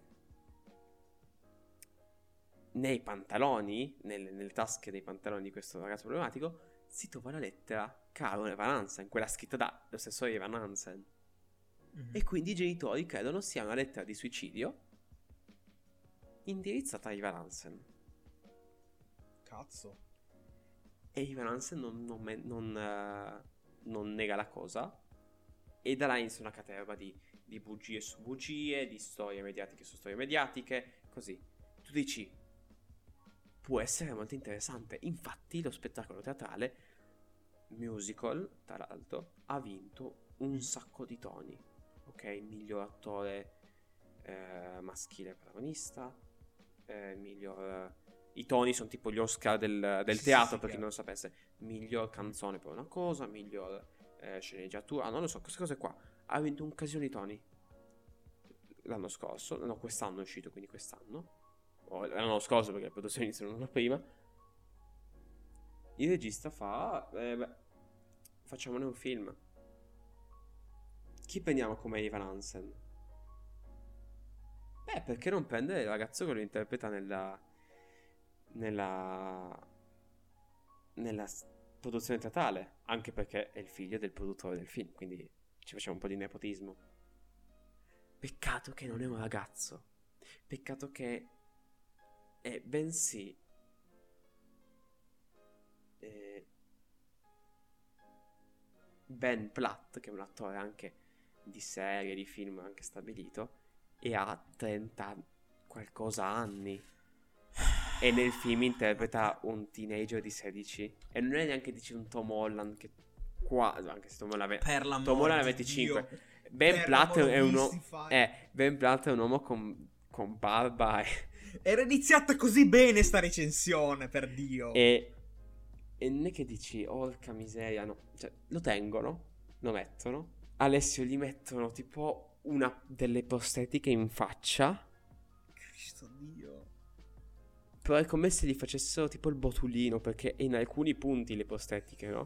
nei pantaloni, nelle, nelle tasche dei pantaloni di questo ragazzo problematico, si trova la lettera caro Evan Hansen, quella scritta da lo stesso Evan Hansen. Mm-hmm. E quindi i genitori credono sia una lettera di suicidio indirizzata a Evan Hansen. Cazzo. E Evan Hansen non, non, me- non, eh, non nega la cosa. E da là inizia una caterva di, di bugie su bugie, di storie mediatiche su storie mediatiche, così. Tu dici, può essere molto interessante. Infatti lo spettacolo teatrale, musical, tra l'altro, ha vinto un sacco di toni. Ok, miglior attore eh, maschile protagonista, eh, miglior... I toni sono tipo gli Oscar del, del Sì, teatro, sì, sì, per chi chiaro. non lo sapesse. Miglior canzone per una cosa, miglior eh, sceneggiatura, non lo so, queste cose qua. Ha vinto un casino di toni l'anno scorso, no, quest'anno è uscito, quindi quest'anno. O l'anno scorso perché le produzioni iniziano l'anno prima. Il regista fa, eh, beh, facciamone un film. Chi prendiamo come Evan Hansen? Beh, perché non prendere il ragazzo che lo interpreta nella nella nella s- produzione teatrale, anche perché è il figlio del produttore del film, quindi ci facciamo un po' di nepotismo. Peccato che non è un ragazzo. Peccato che è bensì eh, Ben Platt, che è un attore anche di serie, di film anche stabilito, e ha trenta qualcosa anni. E nel film interpreta un teenager di sedici. E non è neanche dici un Tom Holland che qua, anche se Tom Holland ave- Per l'amor Tom Holland ha di venticinque. Dio. Ben Per Platt l'amor è uno visti fa- eh, Ben Platt è un uomo con, con barba e, Era iniziata così bene sta recensione, per Dio. e e non è che dici orca miseria, no. Cioè, lo tengono, lo mettono. Alessio gli mettono tipo una delle prostetiche in faccia. Cristo Dio. Però è come se gli facessero tipo il botulino, perché in alcuni punti le prostetiche, no?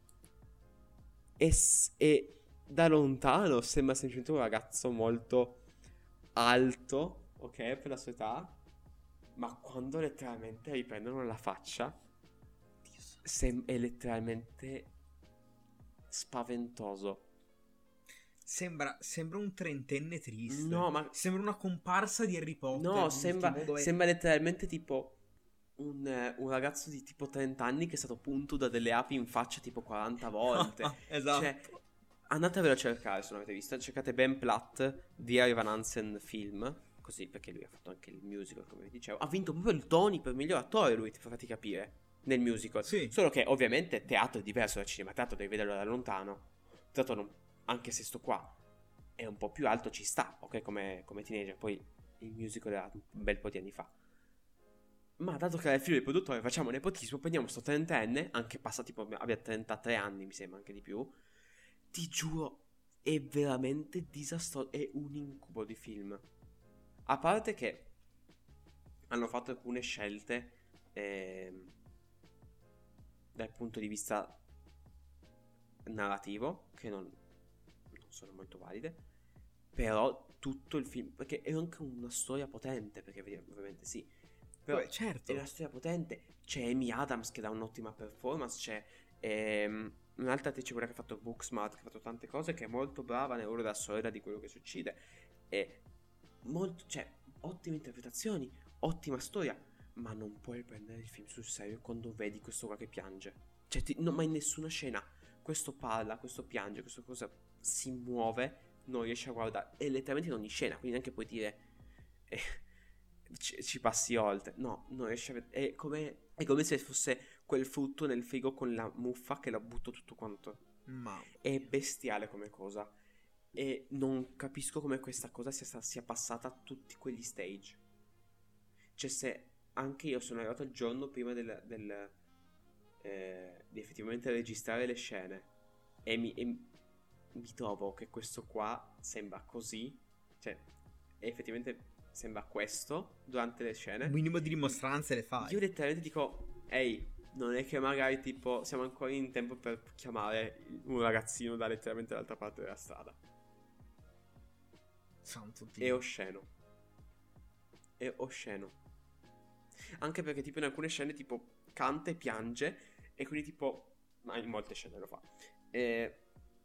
E, s- e da lontano sembra semplicemente un ragazzo molto alto, ok, per la sua età. Ma quando letteralmente riprendono la faccia, sem- è letteralmente spaventoso. Sembra, sembra un trentenne triste. No, ma- Sembra una comparsa di Harry Potter. No, l'ultimo, sembra, dove- sembra letteralmente tipo un, eh, un ragazzo di tipo trenta anni che è stato punto da delle api in faccia tipo quaranta volte. Esatto. Cioè, andatevelo a cercare se non avete visto. Cercate Ben Platt di Evan Hansen film. Così, perché lui ha fatto anche il musical, come vi dicevo. Ha vinto proprio il Tony per miglior attore, lui, ti fate capire, nel musical. Sì. Solo che ovviamente teatro è diverso dal cinema. Teatro devi vederlo da lontano. Teatro non- anche se sto qua è un po' più alto, ci sta, ok, come, come teenager. Poi il musical era un bel po' di anni fa. Ma dato che era il figlio del produttore, facciamo nepotismo, prendiamo sto trentenne, anche passa tipo, abbia trentatré anni, mi sembra, anche di più. Ti giuro, è veramente disastroso, è un incubo di film. A parte che hanno fatto alcune scelte ehm, dal punto di vista narrativo, che non, non sono molto valide, però tutto il film, perché è anche una storia potente, perché ovviamente sì, però Beh, certo. è una storia potente. C'è Amy Adams che dà un'ottima performance. C'è ehm, un'altra attrice, quella che ha fatto Booksmart, che ha fatto tante cose, che è molto brava nel ruolo della sorella di quello che succede. E molto, cioè, ottime interpretazioni, ottima storia. Ma non puoi prendere il film sul serio quando vedi questo qua che piange. Cioè, ti, non, ma in nessuna scena questo parla, questo piange, questo cosa si muove non riesci a guardare. E letteralmente in ogni scena, quindi neanche puoi dire eh, ci, ci passi oltre. No, non riesci a vedere. È come, è come se fosse quel frutto nel frigo con la muffa che la butto tutto quanto. Ma È bestiale come cosa. E non capisco come questa cosa sia, sta- sia passata a tutti quegli stage. Cioè, se anche io sono arrivato il giorno prima del, del, eh, di effettivamente registrare le scene e mi, e mi trovo che questo qua sembra così, cioè effettivamente sembra questo durante le scene, un minimo di dimostranze le fai. io letteralmente dico, ehi, non è che magari tipo siamo ancora in tempo per chiamare un ragazzino da letteralmente dall'altra parte della strada. Santo È Dio. osceno. È osceno. Anche perché tipo in alcune scene tipo canta e piange e quindi tipo, ma in molte scene lo fa, e,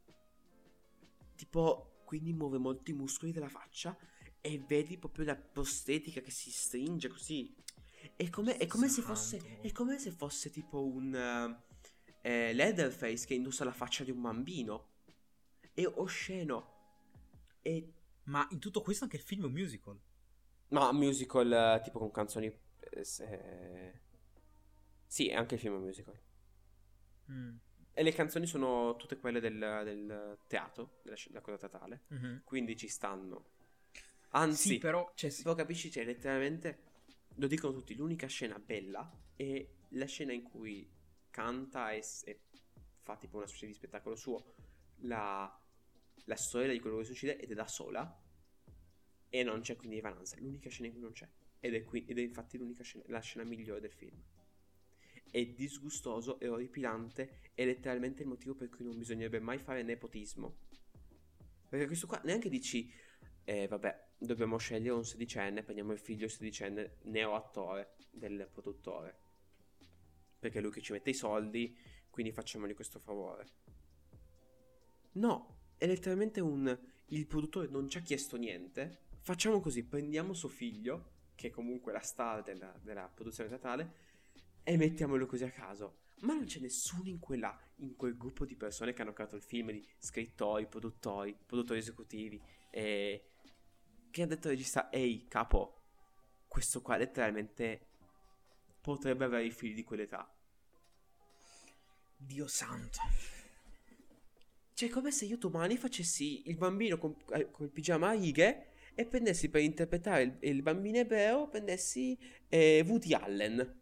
tipo quindi muove molti muscoli della faccia e vedi proprio la prostetica che si stringe così. È come, è come se fosse, è come se fosse tipo un eh, eh, Leatherface che indossa la faccia di un bambino. È osceno. E Ma in tutto questo anche il film è un musical. ma musical eh, tipo con canzoni eh, se- sì, è anche il film è un musical. Mm. E le canzoni sono tutte quelle del, del teatro, della, sc- della cosa teatrale. Mhm. Quindi ci stanno. Anzi, Sì, però cioè, sì. però capisci, cioè letteralmente lo dicono tutti, l'unica scena bella è la scena in cui canta e, s- e fa tipo una specie di spettacolo suo la, la storia di quello che succede ed è da sola e non c'è quindi Evan Hansen, l'unica scena in cui non c'è ed è, qui, ed è infatti l'unica scena, la scena migliore del film. È disgustoso, è orripilante, è letteralmente il motivo per cui non bisognerebbe mai fare nepotismo, perché questo qua neanche dici eh vabbè, dobbiamo scegliere un sedicenne, prendiamo il figlio sedicenne neo attore del produttore perché è lui che ci mette i soldi, quindi facciamogli questo favore. No, è letteralmente un il produttore non ci ha chiesto niente, facciamo così, prendiamo suo figlio che è comunque la star della, della produzione teatrale e mettiamolo così a caso. Ma non c'è nessuno in quella in quel gruppo di persone che hanno creato il film, di scrittori, produttori, produttori esecutivi, e che ha detto al regista, ehi capo, questo qua letteralmente potrebbe avere i figli di quell'età. Dio santo. Cioè, come se io domani facessi il bambino con, eh, con il pigiama a righe e prendessi per interpretare il, il bambino ebreo, prendessi eh, Woody Allen.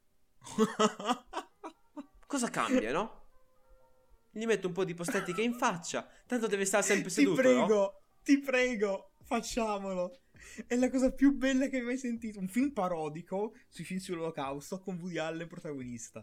Cosa cambia, no? Gli metto un po' di prostetica in faccia, tanto deve stare sempre seduto, Ti prego, no? ti prego, facciamolo. È la cosa più bella che hai mai sentito. Un film parodico sui film sull'Olocausto con Woody Allen protagonista.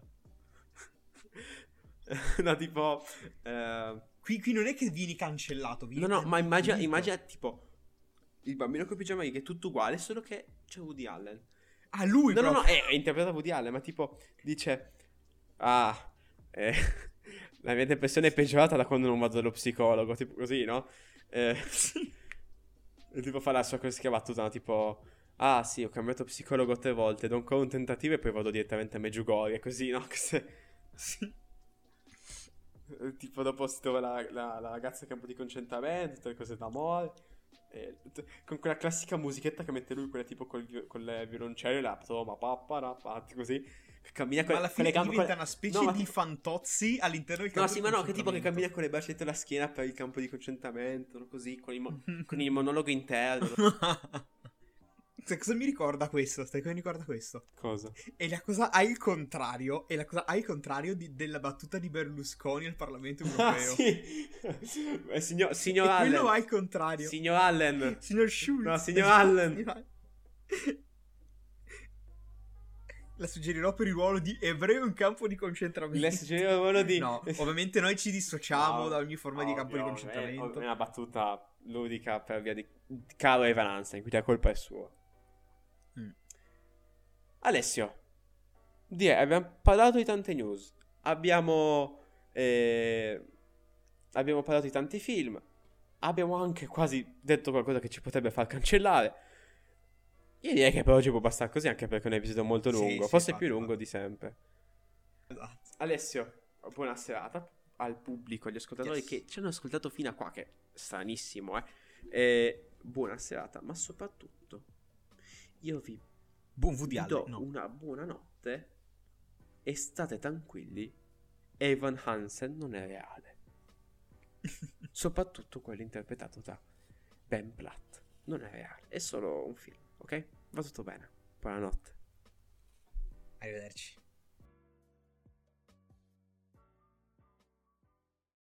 No, tipo eh, Qui, qui non è che vieni cancellato. Vieni no, no, ma immagina, pulito. immagina tipo il bambino con il pigiama a righe è tutto uguale, solo che c'è Woody Allen. Ah, lui No, no, no, proprio. è, è interpretato Woody Allen, ma tipo dice ah, eh, la mia depressione è peggiorata da quando non vado dallo psicologo, tipo così, no? Eh, e tipo fa la sua classica battuta, no? Tipo ah sì, ho cambiato psicologo tre volte, do ancora un tentativo e poi vado direttamente a Meggiugorie, così, no? Sì. Eh, Tipo dopo si trova la, la, la ragazza in campo di concentramento, tutte le cose d'amore, e t- con quella classica musichetta che mette lui, quella tipo col, vi- con il violoncello e la troma, pappa, rappa, così, che cammina con, Ma alla con fine le gambe, diventa con le- una specie no, ma di tipo- fantozzi all'interno del No, campo sì, di ma no, che tipo che concentramento. cammina con le braccia dietro la schiena per il campo di concentramento, no? Così, con il, mo- con il monologo interno. Sai cosa mi ricorda questo? Sai cosa mi ricorda questo? Cosa? È la cosa al contrario, è la cosa al contrario di- della battuta di Berlusconi al Parlamento Ah, Europeo. sì! Eh, signor, signor E Allen. quello al contrario. Signor Allen. Signor Schulz. No, signor Allen. La suggerirò per il ruolo di ebreo in campo di concentramento. Le suggerivo il ruolo di... No, ovviamente noi ci dissociamo No, da ogni forma di campo di ovvio, concentramento. È, è una battuta ludica per via di caro Evan Hansen, quindi la colpa è sua. Mm. Alessio, direi, abbiamo parlato di tante news. Abbiamo eh, abbiamo parlato di tanti film. Abbiamo anche quasi detto qualcosa che ci potrebbe far cancellare. Io direi che per oggi può bastare così, anche perché è un episodio molto Sì, lungo, sì, forse infatti, più lungo infatti. di sempre. Esatto. Alessio, buona serata. al pubblico, agli ascoltatori Yes. che ci hanno ascoltato fino a qua, che è stranissimo, eh. E buona serata, ma soprattutto io vi, Buon Woody vi Allen, do no. una buona notte e state tranquilli, Evan Hansen non è reale. Soprattutto quello interpretato da Ben Platt non è reale, è solo un film, ok? Va tutto bene, buonanotte. Arrivederci.